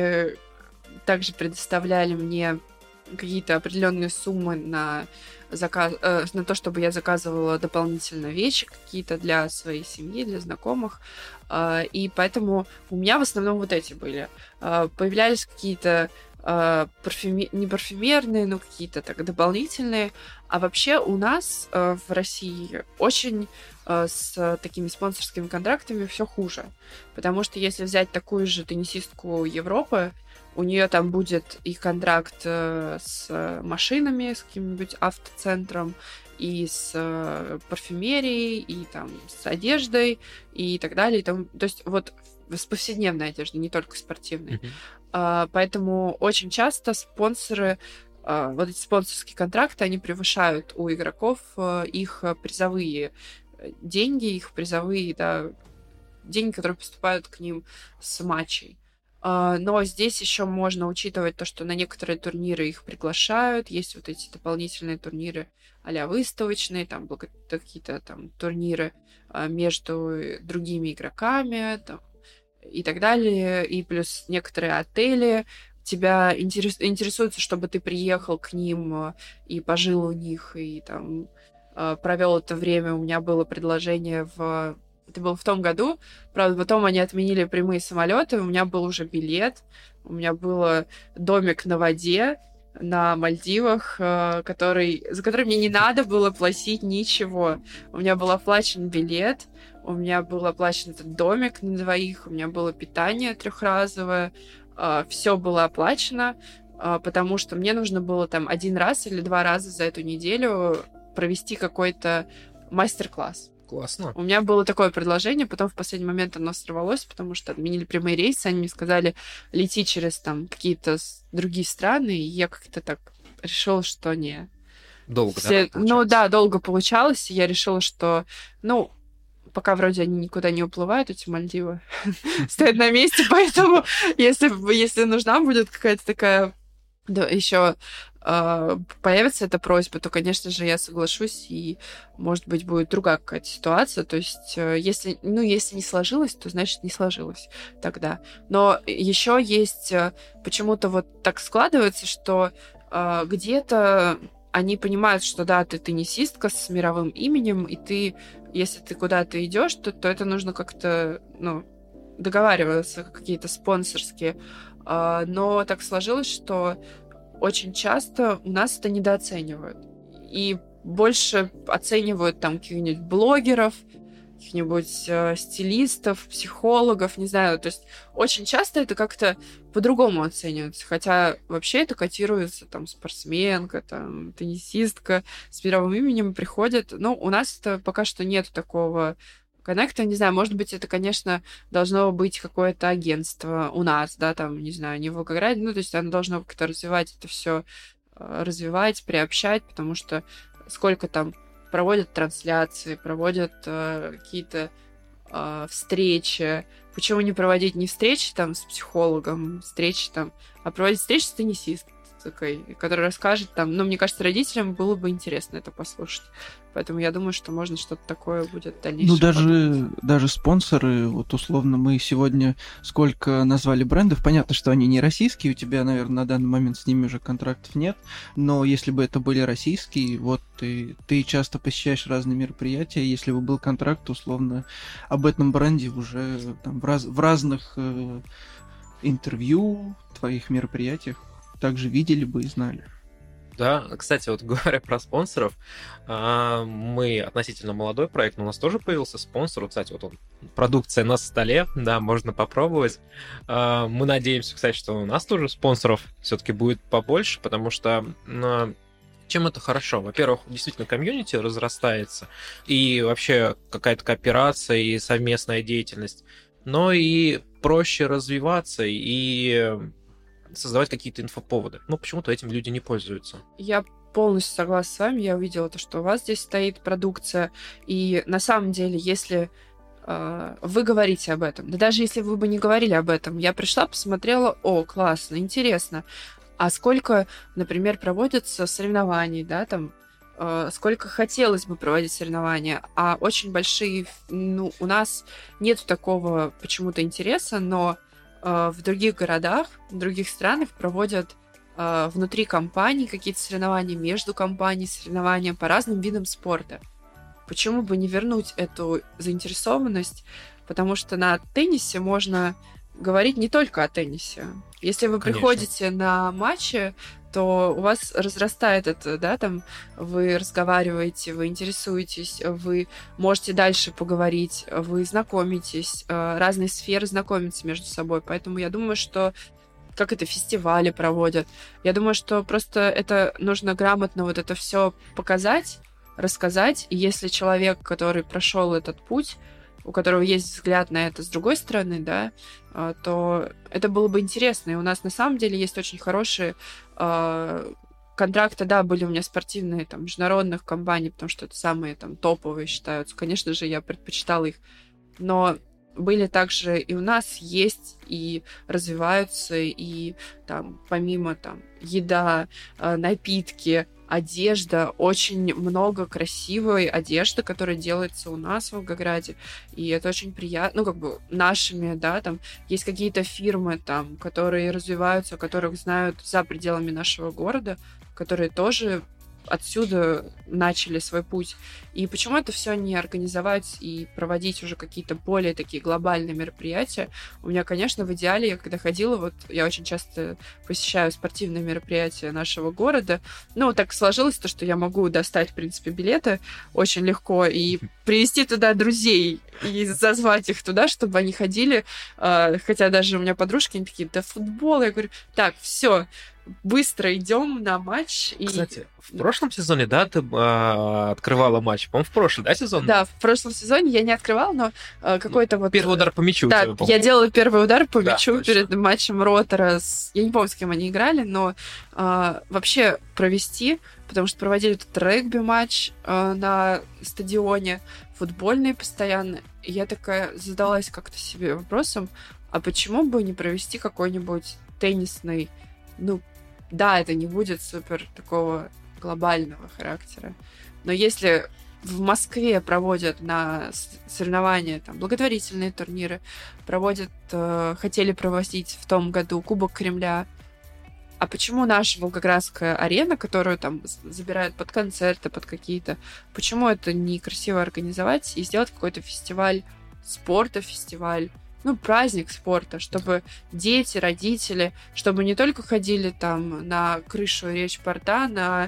[SPEAKER 1] также предоставляли мне какие-то определенные суммы на заказ, э, на то, чтобы я заказывала дополнительно вещи какие-то для своей семьи, для знакомых. Э, и поэтому у меня в основном вот эти были. Э, появлялись какие-то э, парфюми... не парфюмерные, но какие-то так дополнительные. А вообще у нас э, в России очень э, с такими спонсорскими контрактами все хуже. Потому что если взять такую же теннисистку Европы, у нее там будет и контракт э, с машинами, с каким-нибудь автоцентром, и с э, парфюмерией, и там с одеждой, и так далее. И там, то есть вот с повседневной одеждой, не только спортивной. Mm-hmm. А, поэтому очень часто спонсоры, а, вот эти спонсорские контракты, они превышают у игроков а, их призовые деньги, их призовые, да, деньги, которые поступают к ним с матчей. Но здесь еще можно учитывать то, что на некоторые турниры их приглашают. Есть вот эти дополнительные турниры а-ля выставочные, там какие-то там турниры между другими игроками там, и так далее. И плюс некоторые отели тебя интерес, интересуются, чтобы ты приехал к ним и пожил у них, и там провел это время. У меня было предложение в... Это было в том году. Правда, потом они отменили прямые самолеты. У меня был уже билет. У меня был домик на воде на Мальдивах, который, за который мне не надо было платить ничего. У меня был оплачен билет. У меня был оплачен этот домик на двоих. У меня было питание трехразовое. Все было оплачено, потому что мне нужно было там один раз или два раза за эту неделю провести какой-то мастер-класс.
[SPEAKER 2] Классно.
[SPEAKER 1] У меня было такое предложение, потом в последний момент оно сорвалось, потому что отменили прямые рейсы, они мне сказали, лети через там какие-то другие страны, и я как-то так решила, что не.
[SPEAKER 2] Долго,
[SPEAKER 1] Все...
[SPEAKER 2] да?
[SPEAKER 1] Ну да, долго получалось, и я решила, что, ну, пока вроде они никуда не уплывают, эти Мальдивы, стоят на месте, поэтому если, если нужна будет какая-то такая Да, еще э, появится эта просьба, то, конечно же, я соглашусь, и, может быть, будет другая какая-то ситуация. То есть, э, если, ну, если не сложилось, то значит не сложилось тогда. Но еще есть э, почему-то вот так складывается, что э, где-то они понимают, что да, ты теннисистка с мировым именем, и ты, если ты куда-то идешь, то, то это нужно как-то, ну, договариваться, какие-то спонсорские. Uh, но так сложилось, что очень часто у нас это недооценивают. И больше оценивают там каких-нибудь блогеров, каких-нибудь э, стилистов, психологов, не знаю. То есть очень часто это как-то по-другому оценивается. Хотя вообще это котируется там спортсменка, там теннисистка с мировым именем приходит. Ну, у нас это пока что нет такого коннекта, не знаю, может быть, это, конечно, должно быть какое-то агентство у нас, да, там, не знаю, не в Волгограде, ну, то есть оно должно как-то развивать это все, развивать, приобщать, потому что сколько там проводят трансляции, проводят э, какие-то э, встречи. Почему не проводить не встречи там с психологом, встречи там, а проводить встречи с теннисисткой, которая расскажет там, ну, мне кажется, родителям было бы интересно это послушать. Поэтому я думаю, что можно что-то такое будет в дальнейшем.
[SPEAKER 3] Ну, даже, даже спонсоры, вот условно, мы сегодня сколько назвали брендов, понятно, что они не российские, у тебя, наверное, на данный момент с ними уже контрактов нет, но если бы это были российские, вот ты, ты часто посещаешь разные мероприятия, если бы был контракт, условно, об этом бренде уже там, в, раз, в разных э, интервью, твоих мероприятиях также видели бы и знали.
[SPEAKER 2] Да, кстати, вот говоря про спонсоров, мы относительно молодой проект, но у нас тоже появился спонсор. Кстати, вот он, продукция на столе, да, можно попробовать. Мы надеемся, кстати, что у нас тоже спонсоров все-таки будет побольше, потому что чем это хорошо? Во-первых, действительно, комьюнити разрастается, и вообще какая-то кооперация и совместная деятельность, но и проще развиваться и создавать какие-то инфоповоды. Но почему-то этим люди не пользуются.
[SPEAKER 1] Я полностью согласна с вами. Я увидела то, что у вас здесь стоит продукция. И на самом деле, если э, вы говорите об этом, да даже если вы бы не говорили об этом, я пришла, посмотрела, о, классно, интересно. А сколько, например, проводятся соревнований, да, там, э, сколько хотелось бы проводить соревнования, а очень большие, ну, у нас нет такого почему-то интереса, но в других городах, в других странах проводят э, внутри компаний какие-то соревнования, между компанией, соревнования по разным видам спорта. Почему бы не вернуть эту заинтересованность? Потому что на теннисе можно говорить не только о теннисе. Если вы Конечно. приходите на матчи, то у вас разрастает это, да, там вы разговариваете, вы интересуетесь, вы можете дальше поговорить, вы знакомитесь, разные сферы знакомятся между собой. Поэтому я думаю, что как это фестивали проводят, я думаю, что просто это нужно грамотно вот это все показать, рассказать. И если человек, который прошел этот путь, у которого есть взгляд на это с другой стороны, да, то это было бы интересно. И у нас на самом деле есть очень хорошие э, контракты, да, были у меня спортивные, там, международных компаний, потому что это самые там топовые считаются. Конечно же, я предпочитала их. Но были также и у нас есть, и развиваются, и там, помимо там еда, э, напитки, одежда, очень много красивой одежды, которая делается у нас в Волгограде, и это очень приятно, ну, как бы нашими, да, там, есть какие-то фирмы, там, которые развиваются, которых знают за пределами нашего города, которые тоже отсюда начали свой путь. И почему это все не организовать и проводить уже какие-то более такие глобальные мероприятия? У меня, конечно, в идеале, я когда ходила, вот я очень часто посещаю спортивные мероприятия нашего города, ну, так сложилось то, что я могу достать, в принципе, билеты очень легко и привезти туда друзей и зазвать их туда, чтобы они ходили, хотя даже у меня подружки, они такие, да футбол, я говорю, так, все, быстро идем на матч. И...
[SPEAKER 2] Кстати, в прошлом сезоне, да, ты э, открывала матч? По-моему, в прошлом, да, сезон?
[SPEAKER 1] Да, в прошлом сезоне я не открывала, но э, какой-то вот...
[SPEAKER 2] Первый удар по мячу.
[SPEAKER 1] Да,
[SPEAKER 2] тебя,
[SPEAKER 1] я делала первый удар по
[SPEAKER 2] да,
[SPEAKER 1] мячу
[SPEAKER 2] точно.
[SPEAKER 1] перед матчем Ротора. С... Я не помню, с кем они играли, но э, вообще провести, потому что проводили тут регби-матч э, на стадионе, футбольный постоянно. И я такая задалась как-то себе вопросом, а почему бы не провести какой-нибудь теннисный, ну, да, это не будет супер такого глобального характера. Но если в Москве проводят на соревнования, там, благотворительные турниры, проводят, э, хотели проводить в том году Кубок Кремля, а почему наша Волгоградская арена, которую там забирают под концерты, под какие-то, почему это некрасиво организовать и сделать какой-то фестиваль спорта, фестиваль, ну, праздник спорта, чтобы дети, родители, чтобы не только ходили там на крышу Речпорта, на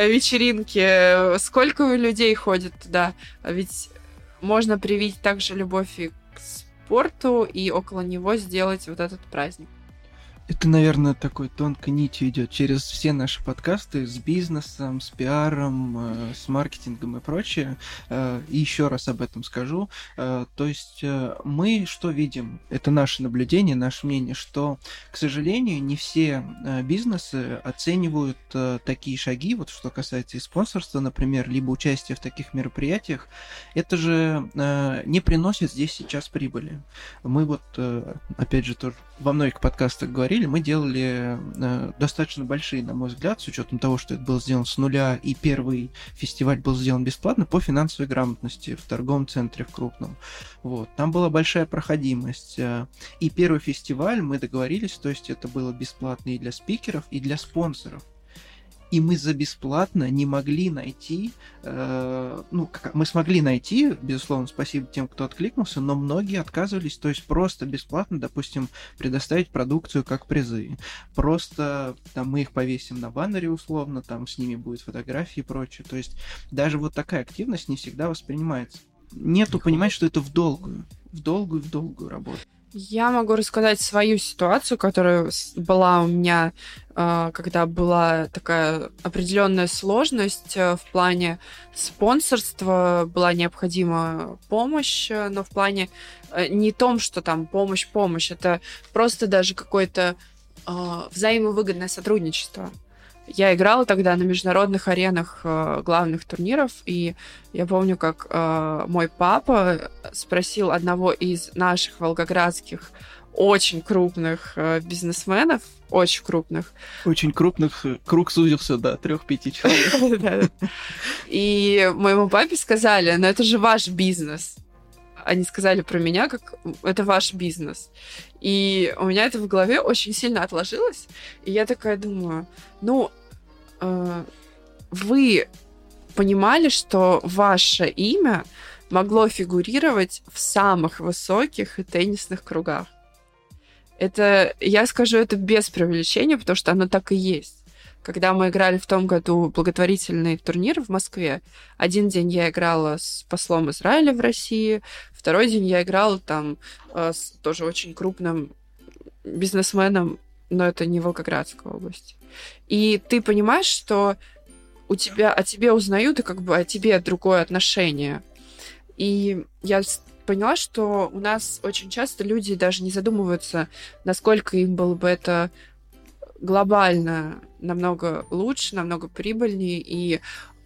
[SPEAKER 1] вечеринки, сколько людей ходит туда, ведь можно привить также любовь и к спорту, и около него сделать вот этот праздник.
[SPEAKER 3] Это, наверное, такой тонкой нитью идет через все наши подкасты с бизнесом, с пиаром, э, с маркетингом и прочее. Э, и еще раз об этом скажу. Э, то есть э, мы что видим? Это наше наблюдение, наше мнение, что, к сожалению, не все э, бизнесы оценивают э, такие шаги, вот что касается и спонсорства, например, либо участия в таких мероприятиях. Это же э, не приносит здесь сейчас прибыли. Мы вот, э, опять же, тоже во многих подкастах говорили, мы делали э, достаточно большие, на мой взгляд, с учетом того, что это было сделано с нуля, и первый фестиваль был сделан бесплатно по финансовой грамотности в торговом центре в крупном. Вот. Там была большая проходимость. Э, и первый фестиваль мы договорились, то есть это было бесплатно и для спикеров, и для спонсоров. И мы за бесплатно не могли найти, э, ну, как, мы смогли найти, безусловно, спасибо тем, кто откликнулся, но многие отказывались, то есть просто бесплатно, допустим, предоставить продукцию как призы. Просто там мы их повесим на баннере условно, там с ними будет фотографии и прочее. То есть даже вот такая активность не всегда воспринимается. Нету понимать, что это в долгую, в долгую, в долгую работу.
[SPEAKER 1] Я могу рассказать свою ситуацию, которая была у меня, когда была такая определенная сложность в плане спонсорства, была необходима помощь, но в плане не том, что там помощь-помощь, это просто даже какое-то взаимовыгодное сотрудничество. Я играла тогда на международных аренах э, главных турниров, и я помню, как э, мой папа спросил одного из наших волгоградских очень крупных э, бизнесменов, очень крупных.
[SPEAKER 3] Очень крупных, круг сузился до трех-пяти человек.
[SPEAKER 1] И моему папе сказали, ну это же ваш бизнес. Они сказали про меня, как это ваш бизнес. И у меня это в голове очень сильно отложилось. И я такая думаю, ну, э, вы понимали, что ваше имя могло фигурировать в самых высоких теннисных кругах. Это, я скажу это без преувеличения, потому что оно так и есть. Когда мы играли в том году благотворительный турнир в Москве, один день я играла с послом Израиля в России, второй день я играла там э, с тоже очень крупным бизнесменом, но это не Волгоградская область. И ты понимаешь, что у тебя, о тебе узнают, и как бы о тебе другое отношение. И я поняла, что у нас очень часто люди даже не задумываются, насколько им было бы это глобально намного лучше, намного прибыльнее, и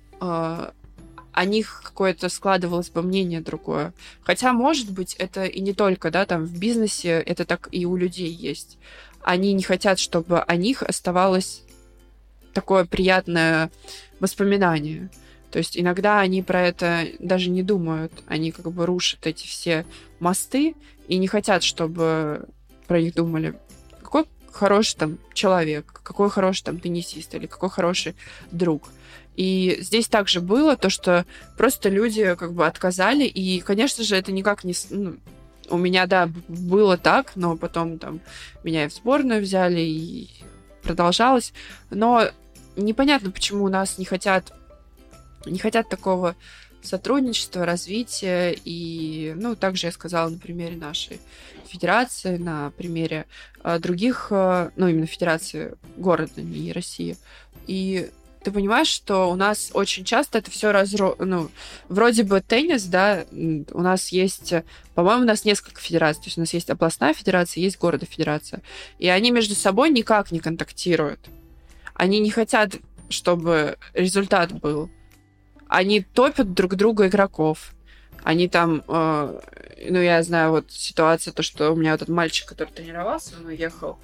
[SPEAKER 1] э, о них какое-то складывалось бы мнение другое. Хотя, может быть, это и не только, да, там в бизнесе, это так и у людей есть. Они не хотят, чтобы о них оставалось такое приятное воспоминание. То есть иногда они про это даже не думают. Они как бы рушат эти все мосты и не хотят, чтобы про них думали. Какой хороший там человек, какой хороший там теннисист или какой хороший друг. И здесь также было то, что просто люди как бы отказали, и, конечно же, это никак не... Ну, у меня, да, было так, но потом там меня и в сборную взяли, и продолжалось. Но непонятно, почему у нас не хотят, не хотят такого сотрудничества, развития. И, ну, также я сказала на примере нашей федерации, на примере э, других, э, ну, именно федерации города, не России. И ты понимаешь, что у нас очень часто это все разро... ну, вроде бы теннис, да, у нас есть, по-моему, у нас несколько федераций, то есть у нас есть областная федерация, есть городофедерация, и они между собой никак не контактируют. Они не хотят, чтобы результат был. Они топят друг друга игроков. Они там, э, ну, я знаю, вот ситуация, то, что у меня вот этот мальчик, который тренировался, он уехал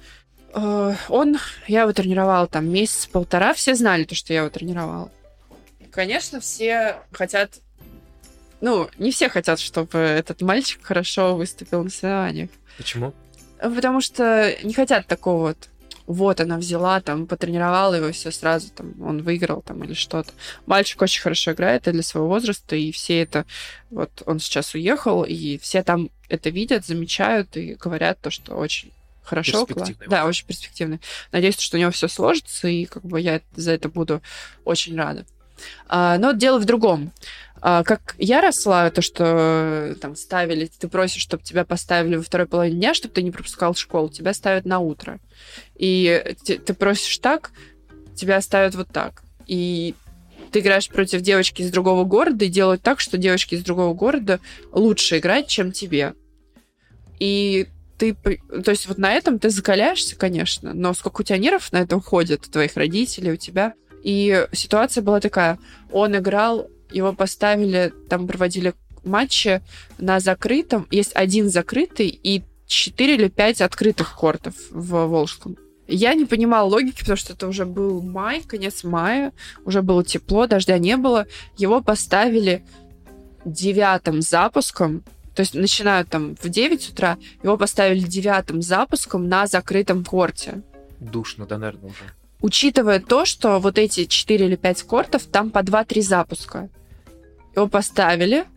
[SPEAKER 1] Он, я его тренировала там месяц-полтора, все знали то, что я его тренировала. Конечно, все хотят, ну, не все хотят, чтобы этот мальчик хорошо выступил на соревнованиях.
[SPEAKER 2] Почему?
[SPEAKER 1] Потому что не хотят такого вот, вот она взяла, там, потренировала его, и все сразу, там, он выиграл, там, или что-то. Мальчик очень хорошо играет и для своего возраста, и все это, вот, он сейчас уехал, и все там это видят, замечают и говорят то, что очень хорошо. Да, очень перспективный. Надеюсь, что у него все сложится, и как бы я за это буду очень рада. А, но дело в другом. А, как я росла, то, что там ставили, ты просишь, чтобы тебя поставили во второй половине дня, чтобы ты не пропускал школу, тебя ставят на утро. И ты, ты просишь так, тебя ставят вот так. И ты играешь против девочки из другого города и делают так, что девочки из другого города лучше играют, чем тебе. И ты, то есть вот на этом ты закаляешься, конечно, но сколько у тебя нервов на это уходит, у твоих родителей, у тебя. И ситуация была такая. Он играл, его поставили, там проводили матчи на закрытом. Есть один закрытый и четыре или пять открытых кортов в Волжском. Я не понимала логики, потому что это уже был май, конец мая, уже было тепло, дождя не было. Его поставили девятым запуском. То есть начинают там в девять утра, его поставили девятым запуском на закрытом корте.
[SPEAKER 2] Душно, да, наверное, уже.
[SPEAKER 1] Учитывая то, что вот эти четыре или пять кортов, там по два-три запуска. Его поставили,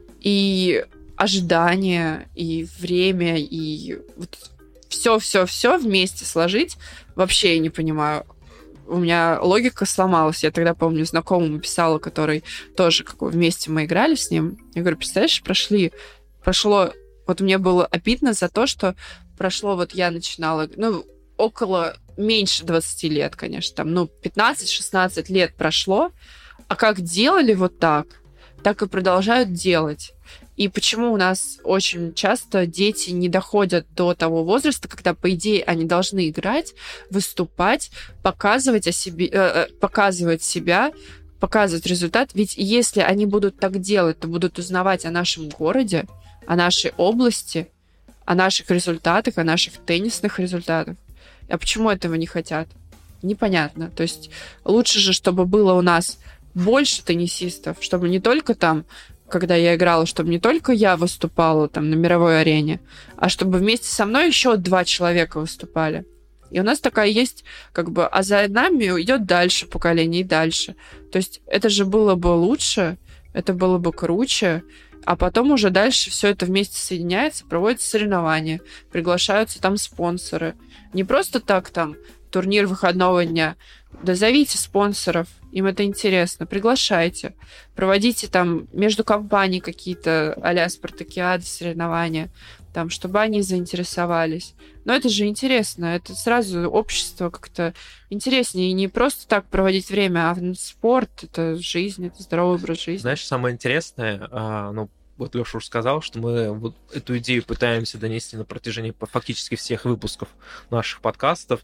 [SPEAKER 1] и ожидание, и время, и вот все-все-все вместе сложить, вообще я не понимаю. У меня логика сломалась. Я тогда, помню, знакомому писала, который тоже как бы вместе мы играли с ним. Я говорю, представляешь, прошли Прошло, вот мне было обидно за то, что прошло, вот я начинала, ну, около, меньше двадцати лет, конечно, там, ну, пятнадцать-шестнадцать лет прошло, а как делали вот так, так и продолжают делать. И почему у нас очень часто дети не доходят до того возраста, когда, по идее, они должны играть, выступать, показывать о себе, э, показывать себя, показывать результат. Ведь если они будут так делать, то будут узнавать о нашем городе, о нашей области, о наших результатах, о наших теннисных результатах. А почему этого не хотят? Непонятно. То есть лучше же, чтобы было у нас больше теннисистов, чтобы не только там, когда я играла, чтобы не только я выступала там на мировой арене, а чтобы вместе со мной еще два человека выступали. И у нас такая есть, как бы, а за нами идет дальше поколение и дальше. То есть это же было бы лучше, это было бы круче, а потом уже дальше все это вместе соединяется, проводятся соревнования, приглашаются там спонсоры. Не просто так там турнир выходного дня. Да зовите спонсоров, им это интересно, приглашайте. Проводите там между компаний какие-то а-ля спартакиады, соревнования, там, чтобы они заинтересовались. Но это же интересно, это сразу общество как-то интереснее. И не просто так проводить время, а спорт — это жизнь, это здоровый образ жизни.
[SPEAKER 2] Знаешь, самое интересное, а, ну, вот Леша уже сказал, что мы вот эту идею пытаемся донести на протяжении фактически всех выпусков наших подкастов.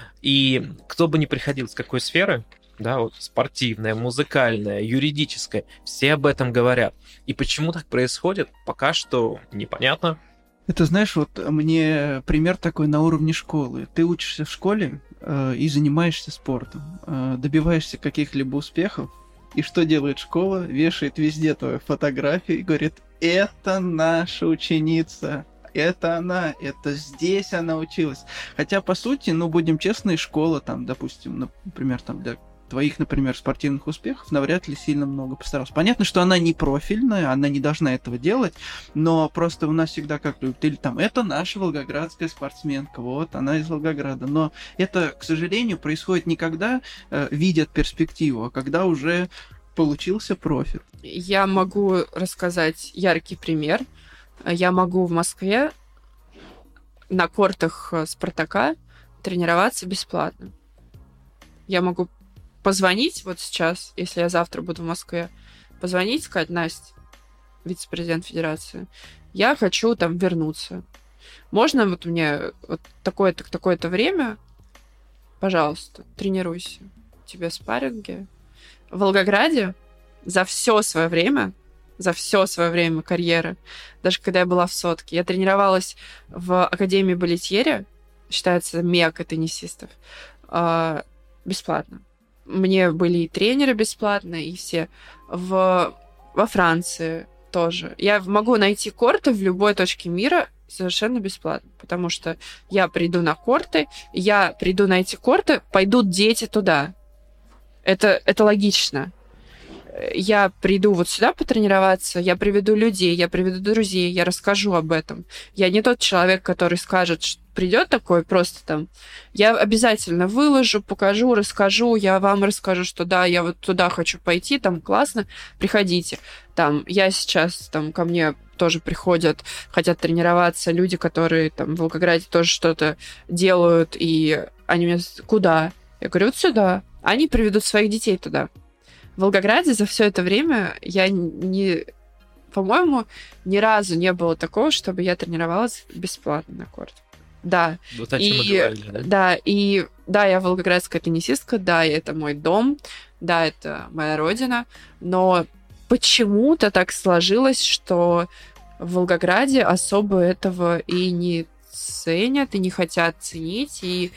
[SPEAKER 2] И кто бы ни приходил с какой сферы, да, вот спортивная, музыкальная, юридическая, все об этом говорят. И почему так происходит, пока что непонятно.
[SPEAKER 3] Это, знаешь, вот мне пример такой на уровне школы. Ты учишься в школе э, и занимаешься спортом, э, добиваешься каких-либо успехов, и что делает школа? Вешает везде твою фотографию и говорит: это наша ученица, это она, это здесь она училась. Хотя, по сути, ну, будем честны, школа там, допустим, например, там для твоих, например, спортивных успехов навряд ли сильно много постаралась. Понятно, что она не профильная, она не должна этого делать, но просто у нас всегда как любят, или там, это наша волгоградская спортсменка, вот, она из Волгограда. Но это, к сожалению, происходит не когда э, видят перспективу, а когда уже получился профиль.
[SPEAKER 1] Я могу рассказать яркий пример. Я могу в Москве на кортах Спартака тренироваться бесплатно. Я могу позвонить вот сейчас, если я завтра буду в Москве, позвонить, сказать: Настя, вице-президент Федерации, я хочу там вернуться. Можно вот мне вот такое-то, такое-то время, пожалуйста, тренируйся. Тебе спарринги. В Волгограде за все свое время, за все свое время карьеры, даже когда я была в сотке, я тренировалась в Академии Болетьере, считается мекка теннисистов, э, бесплатно. Мне были и тренеры бесплатно, и все. В, во Франции тоже. Я могу найти корты в любой точке мира совершенно бесплатно, потому что я приду на корты, я приду на эти корты, пойдут дети туда. Это, это логично. Я приду вот сюда потренироваться, я приведу людей, я приведу друзей, я расскажу об этом. Я не тот человек, который скажет, что придет такой просто там. Я обязательно выложу, покажу, расскажу, я вам расскажу, что да, я вот туда хочу пойти, там классно, приходите. Там я сейчас, там ко мне тоже приходят, хотят тренироваться люди, которые там в Волгограде тоже что-то делают, и они мне куда? Я говорю, вот сюда. Они приведут своих детей туда. В Волгограде за все это время я не, по-моему, ни разу не было такого, чтобы я тренировалась бесплатно на корте. Да.
[SPEAKER 2] Вот о чем
[SPEAKER 1] и,
[SPEAKER 2] мы говорили, да?
[SPEAKER 1] Да, и да, я волгоградская теннисистка, да, это мой дом, да, это моя родина, но почему-то так сложилось, что в Волгограде особо этого и не ценят, и не хотят ценить, и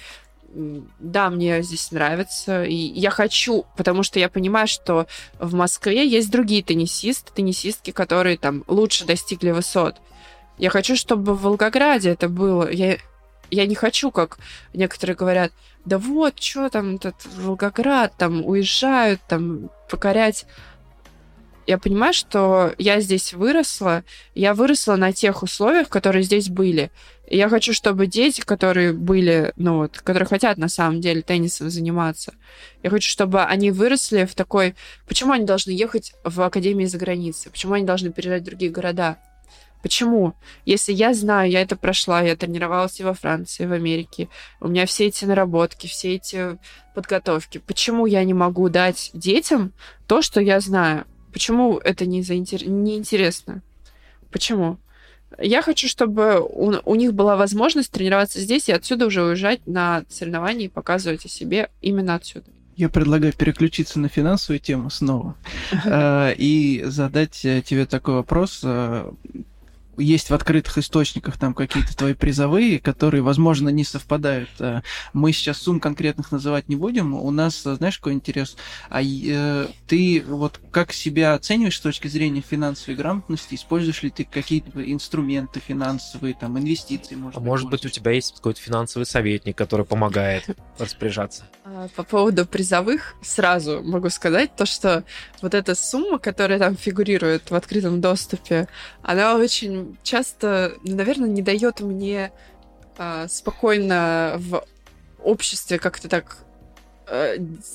[SPEAKER 1] да, мне здесь нравится, и я хочу, потому что я понимаю, что в Москве есть другие теннисисты, теннисистки, которые там лучше достигли высот. Я хочу, чтобы в Волгограде это было. Я, я не хочу, как некоторые говорят, да вот, что там этот Волгоград, там уезжают, там покорять. Я понимаю, что я здесь выросла, я выросла на тех условиях, которые здесь были. И я хочу, чтобы дети, которые были, ну вот, которые хотят на самом деле теннисом заниматься, я хочу, чтобы они выросли в такой... Почему они должны ехать в академии за границей? Почему они должны переезжать в другие города? Почему? Если я знаю, я это прошла, я тренировалась и во Франции, и в Америке, у меня все эти наработки, все эти подготовки. Почему я не могу дать детям то, что я знаю? Почему это не, заинтер... не интересно? Почему? Я хочу, чтобы у, у них была возможность тренироваться здесь и отсюда уже уезжать на соревнования и показывать о себе именно отсюда.
[SPEAKER 3] Я предлагаю переключиться на финансовую тему снова и задать тебе такой вопрос. Есть в открытых источниках там какие-то твои призовые, которые, возможно, не совпадают. Мы сейчас сумм конкретных называть не будем. У нас, знаешь, какой интерес? А э, ты вот как себя оцениваешь с точки зрения финансовой грамотности? Используешь ли ты какие-то инструменты финансовые, там, инвестиции, может
[SPEAKER 2] а
[SPEAKER 3] быть?
[SPEAKER 2] может быть, у тебя есть какой-то финансовый советник, который помогает распоряжаться?
[SPEAKER 1] По поводу призовых сразу могу сказать то, что вот эта сумма, которая там фигурирует в открытом доступе, она очень часто, ну, наверное, не дает мне а, спокойно в обществе как-то так а,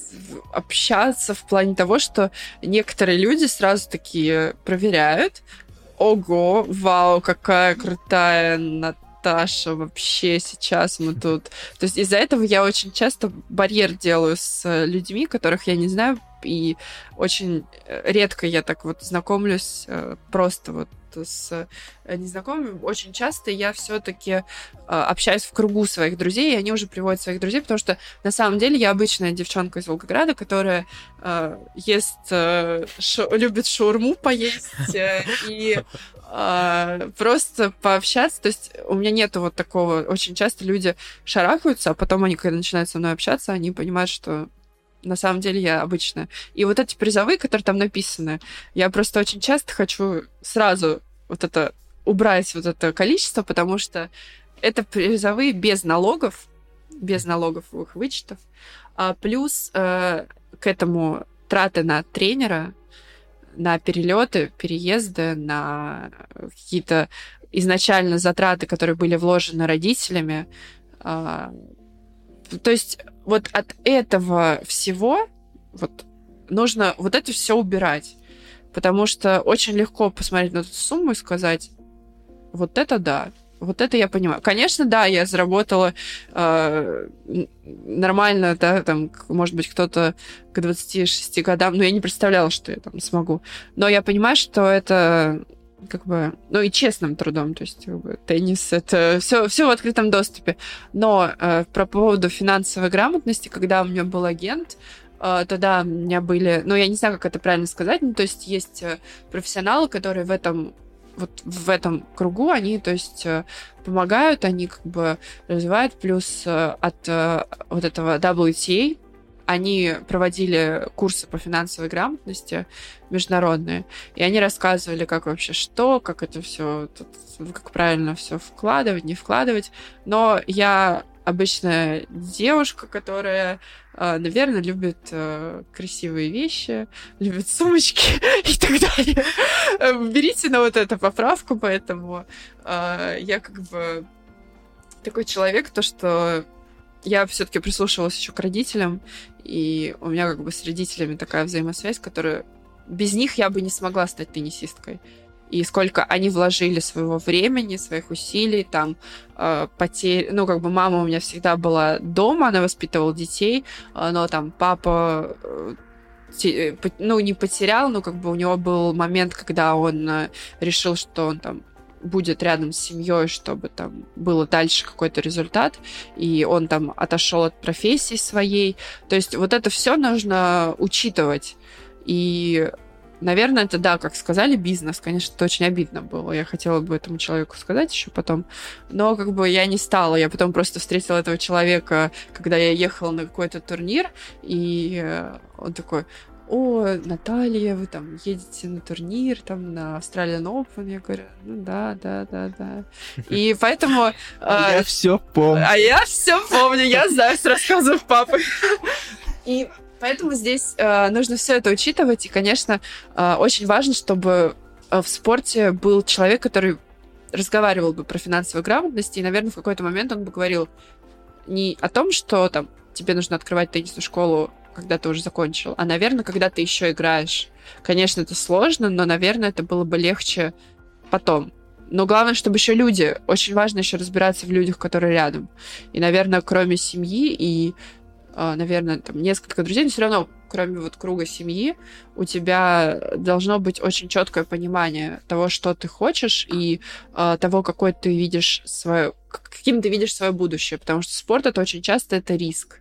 [SPEAKER 1] общаться в плане того, что некоторые люди сразу такие проверяют. Ого, вау, какая крутая Наташа, вообще сейчас мы тут... То есть из-за этого я очень часто барьер делаю с людьми, которых я не знаю, и очень редко я так вот знакомлюсь просто вот с незнакомыми. Очень часто я все-таки общаюсь в кругу своих друзей, и они уже приводят своих друзей, потому что на самом деле я обычная девчонка из Волгограда, которая э, ест, э, шо, любит шаурму поесть э, и э, просто пообщаться. То есть у меня нету вот такого... Очень часто люди шарахаются, а потом они, когда начинают со мной общаться, они понимают, что на самом деле я обычная. И вот эти призовые, которые там написаны, я просто очень часто хочу сразу вот это убрать, вот это количество, потому что это призовые без налогов, без налоговых вычетов, а плюс э, к этому траты на тренера, на перелеты, переезды, на какие-то изначально затраты, которые были вложены родителями. Э, то есть вот от этого всего вот нужно вот это все убирать. Потому что очень легко посмотреть на эту сумму и сказать, вот это да, вот это я понимаю. Конечно, да, я заработала э, нормально, да, там, может быть, кто-то к двадцати шести годам, но я не представляла, что я там смогу. Но я понимаю, что это как бы, ну и честным трудом, то есть как бы, теннис это все, все в открытом доступе. Но э, про поводу финансовой грамотности, когда у меня был агент, э, тогда у меня были, ну я не знаю, как это правильно сказать, ну то есть есть профессионалы, которые в этом вот в этом кругу они, то есть, помогают, они как бы развивают, плюс от вот этого дабл ю ти эй они проводили курсы по финансовой грамотности международные, и они рассказывали, как вообще что, как это все, как правильно все вкладывать, не вкладывать. Но я обычная девушка, которая, наверное, любит красивые вещи, любит сумочки и так далее. Берите на вот эту поправку, поэтому я как бы такой человек, то, что я все-таки прислушивалась еще к родителям, и у меня как бы с родителями такая взаимосвязь, которая... Без них я бы не смогла стать теннисисткой. И сколько они вложили своего времени, своих усилий, там, э, потерь... Ну, как бы мама у меня всегда была дома, она воспитывала детей, но там папа... Э, ну, не потерял, но как бы у него был момент, когда он решил, что он там будет рядом с семьей, чтобы там было дальше какой-то результат, и он там отошел от профессии своей. То есть вот это все нужно учитывать. И, наверное, это, да, как сказали, бизнес. Конечно, это очень обидно было. Я хотела бы этому человеку сказать еще потом. Но как бы я не стала. Я потом просто встретила этого человека, когда я ехала на какой-то турнир, и он такой: о, Наталья, вы там едете на турнир, там, на Australian Open. Я говорю: ну да, да, да, да. И поэтому...
[SPEAKER 3] Я все помню.
[SPEAKER 1] А я все помню, я знаю, рассказываю папы. И поэтому здесь нужно все это учитывать. И, конечно, очень важно, чтобы в спорте был человек, который разговаривал бы про финансовую грамотность, и, наверное, в какой-то момент он бы говорил не о том, что там тебе нужно открывать теннисную школу, когда ты уже закончил, а, наверное, когда ты еще играешь. Конечно, это сложно, но, наверное, это было бы легче потом. Но главное, чтобы еще люди... Очень важно еще разбираться в людях, которые рядом. И, наверное, кроме семьи и, наверное, там несколько друзей, но все равно, кроме вот круга семьи, у тебя должно быть очень четкое понимание того, что ты хочешь, и того, какой ты видишь свое... каким ты видишь свое будущее. Потому что спорт — это очень часто это риск.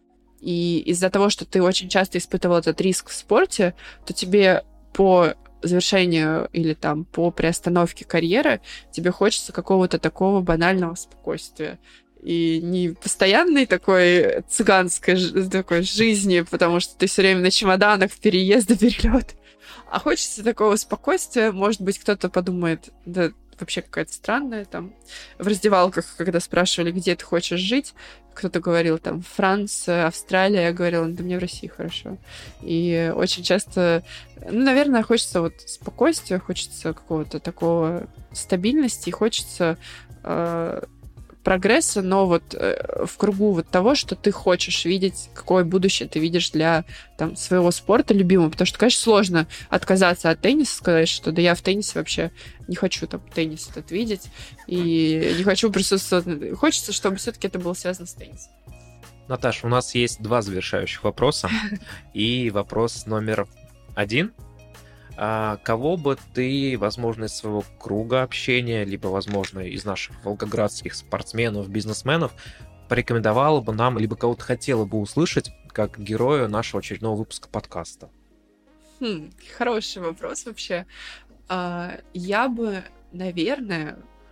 [SPEAKER 1] И из-за того, что ты очень часто испытывал этот риск в спорте, то тебе по завершению или там по приостановке карьеры тебе хочется какого-то такого банального спокойствия. И не постоянной такой цыганской такой жизни, потому что ты все время на чемоданах, переезды, перелеты. А хочется такого спокойствия. Может быть, кто-то подумает: да, вообще какая-то странная, там, в раздевалках, когда спрашивали, где ты хочешь жить, кто-то говорил, там, Франция, Австралия, я говорила: да мне в России хорошо. И очень часто, ну, наверное, хочется вот спокойствия, хочется какого-то такого стабильности, хочется э, прогресса, но вот э, в кругу вот того, что ты хочешь видеть, какое будущее ты видишь для там своего спорта любимого, потому что, конечно, сложно отказаться от тенниса, сказать, что да я в теннисе вообще не хочу там теннис этот видеть, и не хочу присутствовать. Хочется, чтобы все-таки это было связано с теннисом.
[SPEAKER 2] Наташа, у нас есть два завершающих вопроса, и вопрос номер один. А кого бы ты, возможно, из своего круга общения, либо, возможно, из наших волгоградских спортсменов, бизнесменов, порекомендовала бы нам, либо кого-то хотела бы услышать как героя нашего очередного выпуска подкаста?
[SPEAKER 1] Хм, хороший вопрос вообще. Я бы, наверное,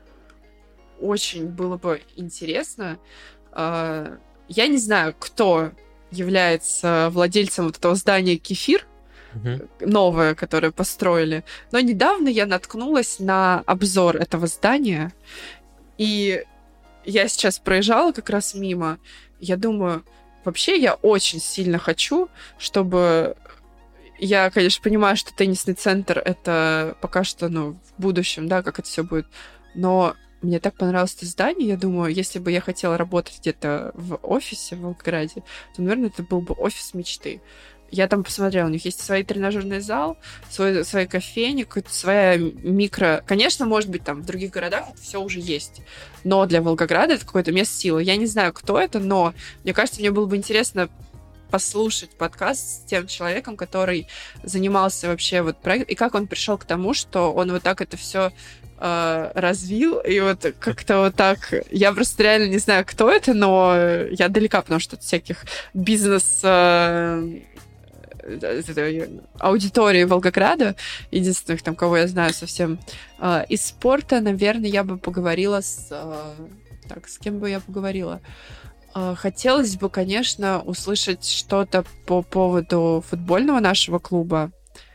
[SPEAKER 1] очень было бы интересно. Я не знаю, кто является владельцем вот этого здания «Кефир», новое, которое построили. Но недавно я наткнулась на обзор этого здания, и я сейчас проезжала как раз мимо. Я думаю, вообще я очень сильно хочу, чтобы... Я, конечно, понимаю, что теннисный центр — это пока что, ну, в будущем, да, как это все будет, но мне так понравилось это здание. Я думаю, если бы я хотела работать где-то в офисе в Волгограде, то, наверное, это был бы офис мечты. Я там посмотрела, у них есть свой тренажерный зал, свой, своя кофейня, своя микро... Конечно, может быть, там в других городах это все уже есть, но для Волгограда это какое-то место силы. Я не знаю, кто это, но мне кажется, мне было бы интересно послушать подкаст с тем человеком, который занимался вообще вот проектом, и как он пришел к тому, что он вот так это все э, развил, и вот как-то вот так... Я просто реально не знаю, кто это, но я далека, потому что от всяких бизнес... Э, аудитории Волгограда, единственных, там, кого я знаю совсем. Из спорта, наверное, я бы поговорила с... Так, с кем бы я поговорила? Хотелось бы, конечно, услышать что-то по поводу футбольного нашего клуба.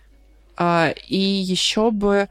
[SPEAKER 1] И еще бы...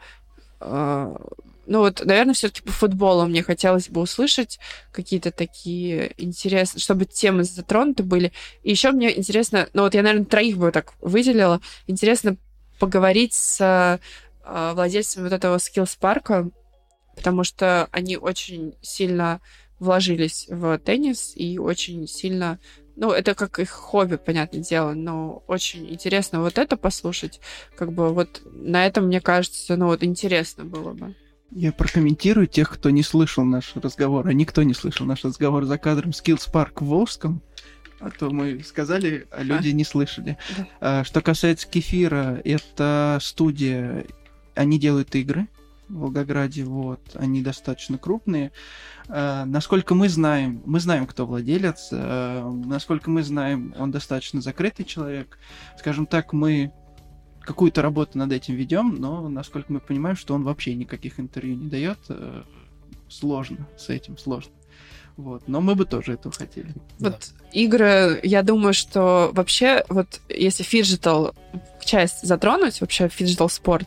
[SPEAKER 1] Ну вот, наверное, все-таки по футболу мне хотелось бы услышать какие-то такие интересные, чтобы темы затронуты были. И еще мне интересно, ну вот я, наверное, троих бы так выделила, интересно поговорить с э, владельцами вот этого скиллс-парка, потому что они очень сильно вложились в теннис и очень сильно... Ну, это как их хобби, понятное дело, но очень интересно вот это послушать. Как бы вот на этом, мне кажется, ну вот интересно было бы.
[SPEAKER 3] Я прокомментирую тех, кто не слышал наш разговор, а никто не слышал наш разговор за кадром Skills Park в Волжском, а то мы сказали, а люди а? не слышали. Да. А, что касается Кефира, это студия, они делают игры в Волгограде, вот, они достаточно крупные. А, насколько мы знаем, мы знаем, кто владелец, а, насколько мы знаем, он достаточно закрытый человек. Скажем так, мы какую-то работу над этим ведем, но, насколько мы понимаем, что он вообще никаких интервью не дает, э, сложно с этим, сложно. Вот. Но мы бы тоже этого хотели.
[SPEAKER 1] Вот да. Игры, я думаю, что вообще, вот если фиджитал часть затронуть, вообще фиджитал спорт,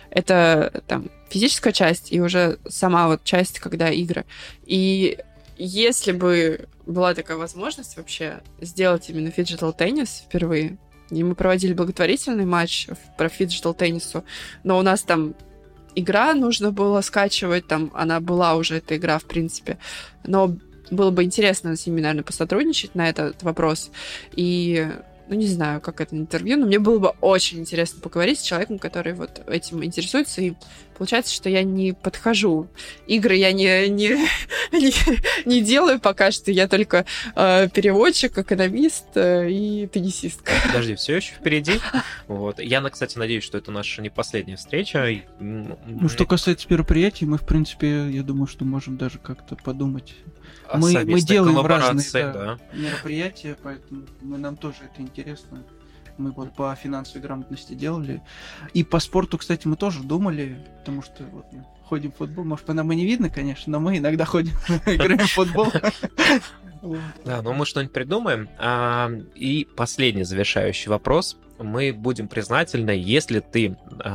[SPEAKER 1] это там физическая часть и уже сама вот часть, когда игры. И если бы была такая возможность вообще сделать именно фиджитал теннис впервые, и мы проводили благотворительный матч про фиджитал теннису, но у нас там игра нужно было скачивать, там она была уже, эта игра, в принципе. Но было бы интересно с ними, наверное, посотрудничать на этот вопрос. И, ну, не знаю, как это интервью, но мне было бы очень интересно поговорить с человеком, который вот этим интересуется, и получается, что я не подхожу. Игры я не, не, не, не делаю пока что, я только э, переводчик, экономист э, и теннисистка.
[SPEAKER 2] Подожди, все еще впереди. Вот. Я, кстати, надеюсь, что это наша не последняя встреча.
[SPEAKER 3] Ну, что касается мероприятий, мы, в принципе, я думаю, что можем даже как-то подумать. Мы, мы делаем разные да, да. мероприятия, поэтому мы, нам тоже это интересно. Мы вот по финансовой грамотности делали. И по спорту, кстати, мы тоже думали, потому что вот мы ходим в футбол. Может, по нам и не видно, конечно, но мы иногда ходим, играем в футбол.
[SPEAKER 2] Да, ну мы что-нибудь придумаем. И последний завершающий вопрос. Мы будем признательны, если ты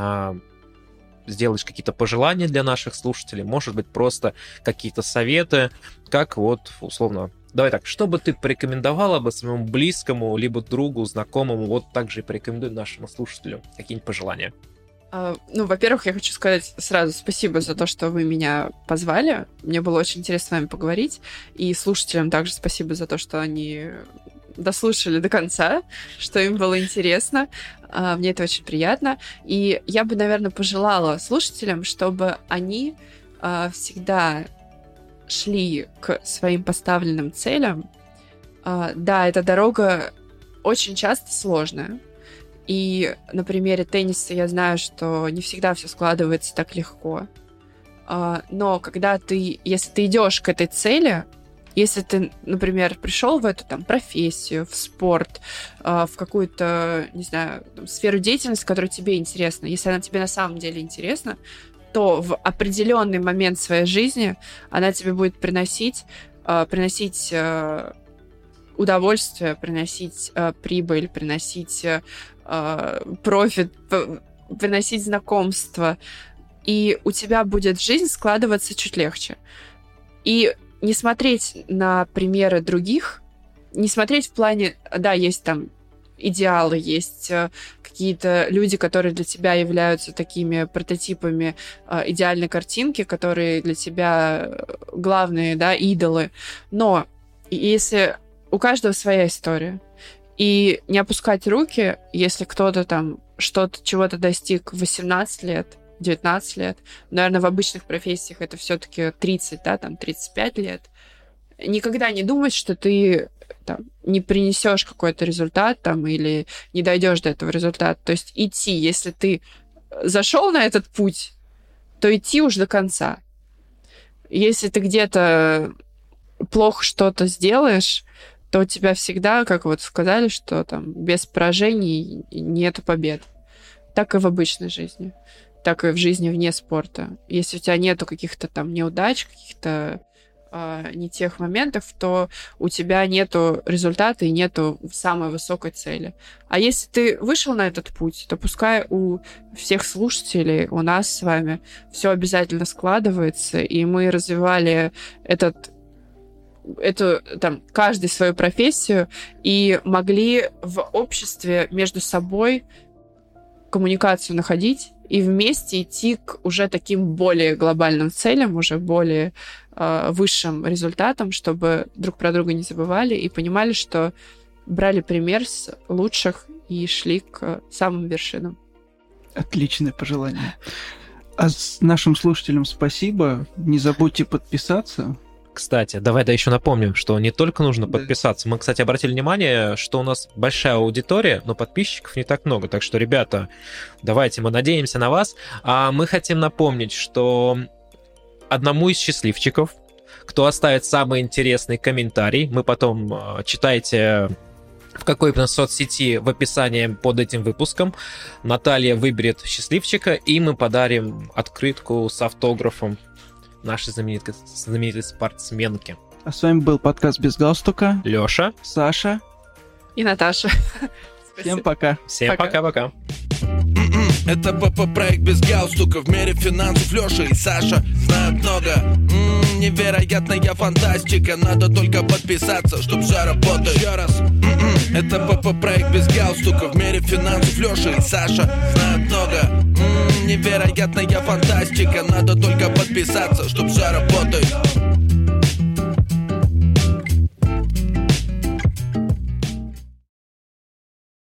[SPEAKER 2] сделаешь какие-то пожелания для наших слушателей, может быть, просто какие-то советы, как вот, условно, давай так, что бы ты порекомендовала бы своему близкому, либо другу, знакомому, вот так же и порекомендуй нашему слушателю какие-нибудь пожелания?
[SPEAKER 1] Uh, ну, во-первых, я хочу сказать сразу спасибо за то, что вы меня позвали. Мне было очень интересно с вами поговорить. И слушателям также спасибо за то, что они дослушали до конца, что им было интересно. Uh, мне это очень приятно. И я бы, наверное, пожелала слушателям, чтобы они uh, всегда шли к своим поставленным целям. Uh, да, эта дорога очень часто сложная. И на примере тенниса я знаю, что не всегда все складывается так легко. Но когда ты, если ты идешь к этой цели, если ты, например, пришел в эту там профессию, в спорт, в какую-то, не знаю, там, сферу деятельности, которая тебе интересна, если она тебе на самом деле интересна, то в определенный момент своей жизни она тебе будет приносить, приносить удовольствие, приносить прибыль, приносить профит, приносить знакомства, и у тебя будет жизнь складываться чуть легче. И не смотреть на примеры других, не смотреть в плане, да, есть там идеалы, есть какие-то люди, которые для тебя являются такими прототипами идеальной картинки, которые для тебя главные, да, идолы. Но если у каждого своя история, и не опускать руки, если кто-то там что-то, чего-то достиг в восемнадцать лет, девятнадцать лет. Наверное, в обычных профессиях это все-таки тридцать, да, там тридцать пять лет. Никогда не думать, что ты там, не принесешь какой-то результат там, или не дойдешь до этого результата. То есть идти, если ты зашел на этот путь, то идти уж до конца. Если ты где-то плохо что-то сделаешь, то у тебя всегда, как вот сказали, что там без поражений нету побед. Так и в обычной жизни, так и в жизни вне спорта. Если у тебя нету каких-то там неудач, каких-то э, не тех моментов, то у тебя нету результата и нету самой высокой цели. А если ты вышел на этот путь, то пускай у всех слушателей, у нас с вами все обязательно складывается, и мы развивали этот эту, там, каждый свою профессию и могли в обществе между собой коммуникацию находить и вместе идти к уже таким более глобальным целям, уже более э, высшим результатам, чтобы друг про друга не забывали и понимали, что брали пример с лучших и шли к самым вершинам.
[SPEAKER 3] Отличное пожелание. А с нашим слушателям спасибо. Не забудьте подписаться.
[SPEAKER 2] Кстати, давай да еще напомним, что не только нужно
[SPEAKER 3] Да.
[SPEAKER 2] подписаться. Мы, кстати, обратили внимание, что у нас большая аудитория, но подписчиков не так много. Так что, ребята, давайте, мы надеемся на вас. А мы хотим напомнить, что одному из счастливчиков, кто оставит самый интересный комментарий, мы потом э, читайте в какой-то соцсети в описании под этим выпуском, Наталья выберет счастливчика, и мы подарим открытку с автографом нашей знаменитой, знаменитой спортсменки.
[SPEAKER 3] А с вами был подкаст «Без галстука».
[SPEAKER 2] Лёша.
[SPEAKER 3] Саша.
[SPEAKER 1] И Наташа.
[SPEAKER 3] Всем пока.
[SPEAKER 2] Всем
[SPEAKER 1] Пока.
[SPEAKER 2] пока-пока.
[SPEAKER 4] Это ПП-проект без галстука. В мире финансов Лёша и Саша знают много. М-м, невероятная фантастика. Надо только подписаться, чтоб все работало. Еще раз. М-м, это ПП-проект без галстука. В мире финансов Лёша и Саша знают много. М-м, невероятная фантастика. Надо только подписаться, чтоб все работало.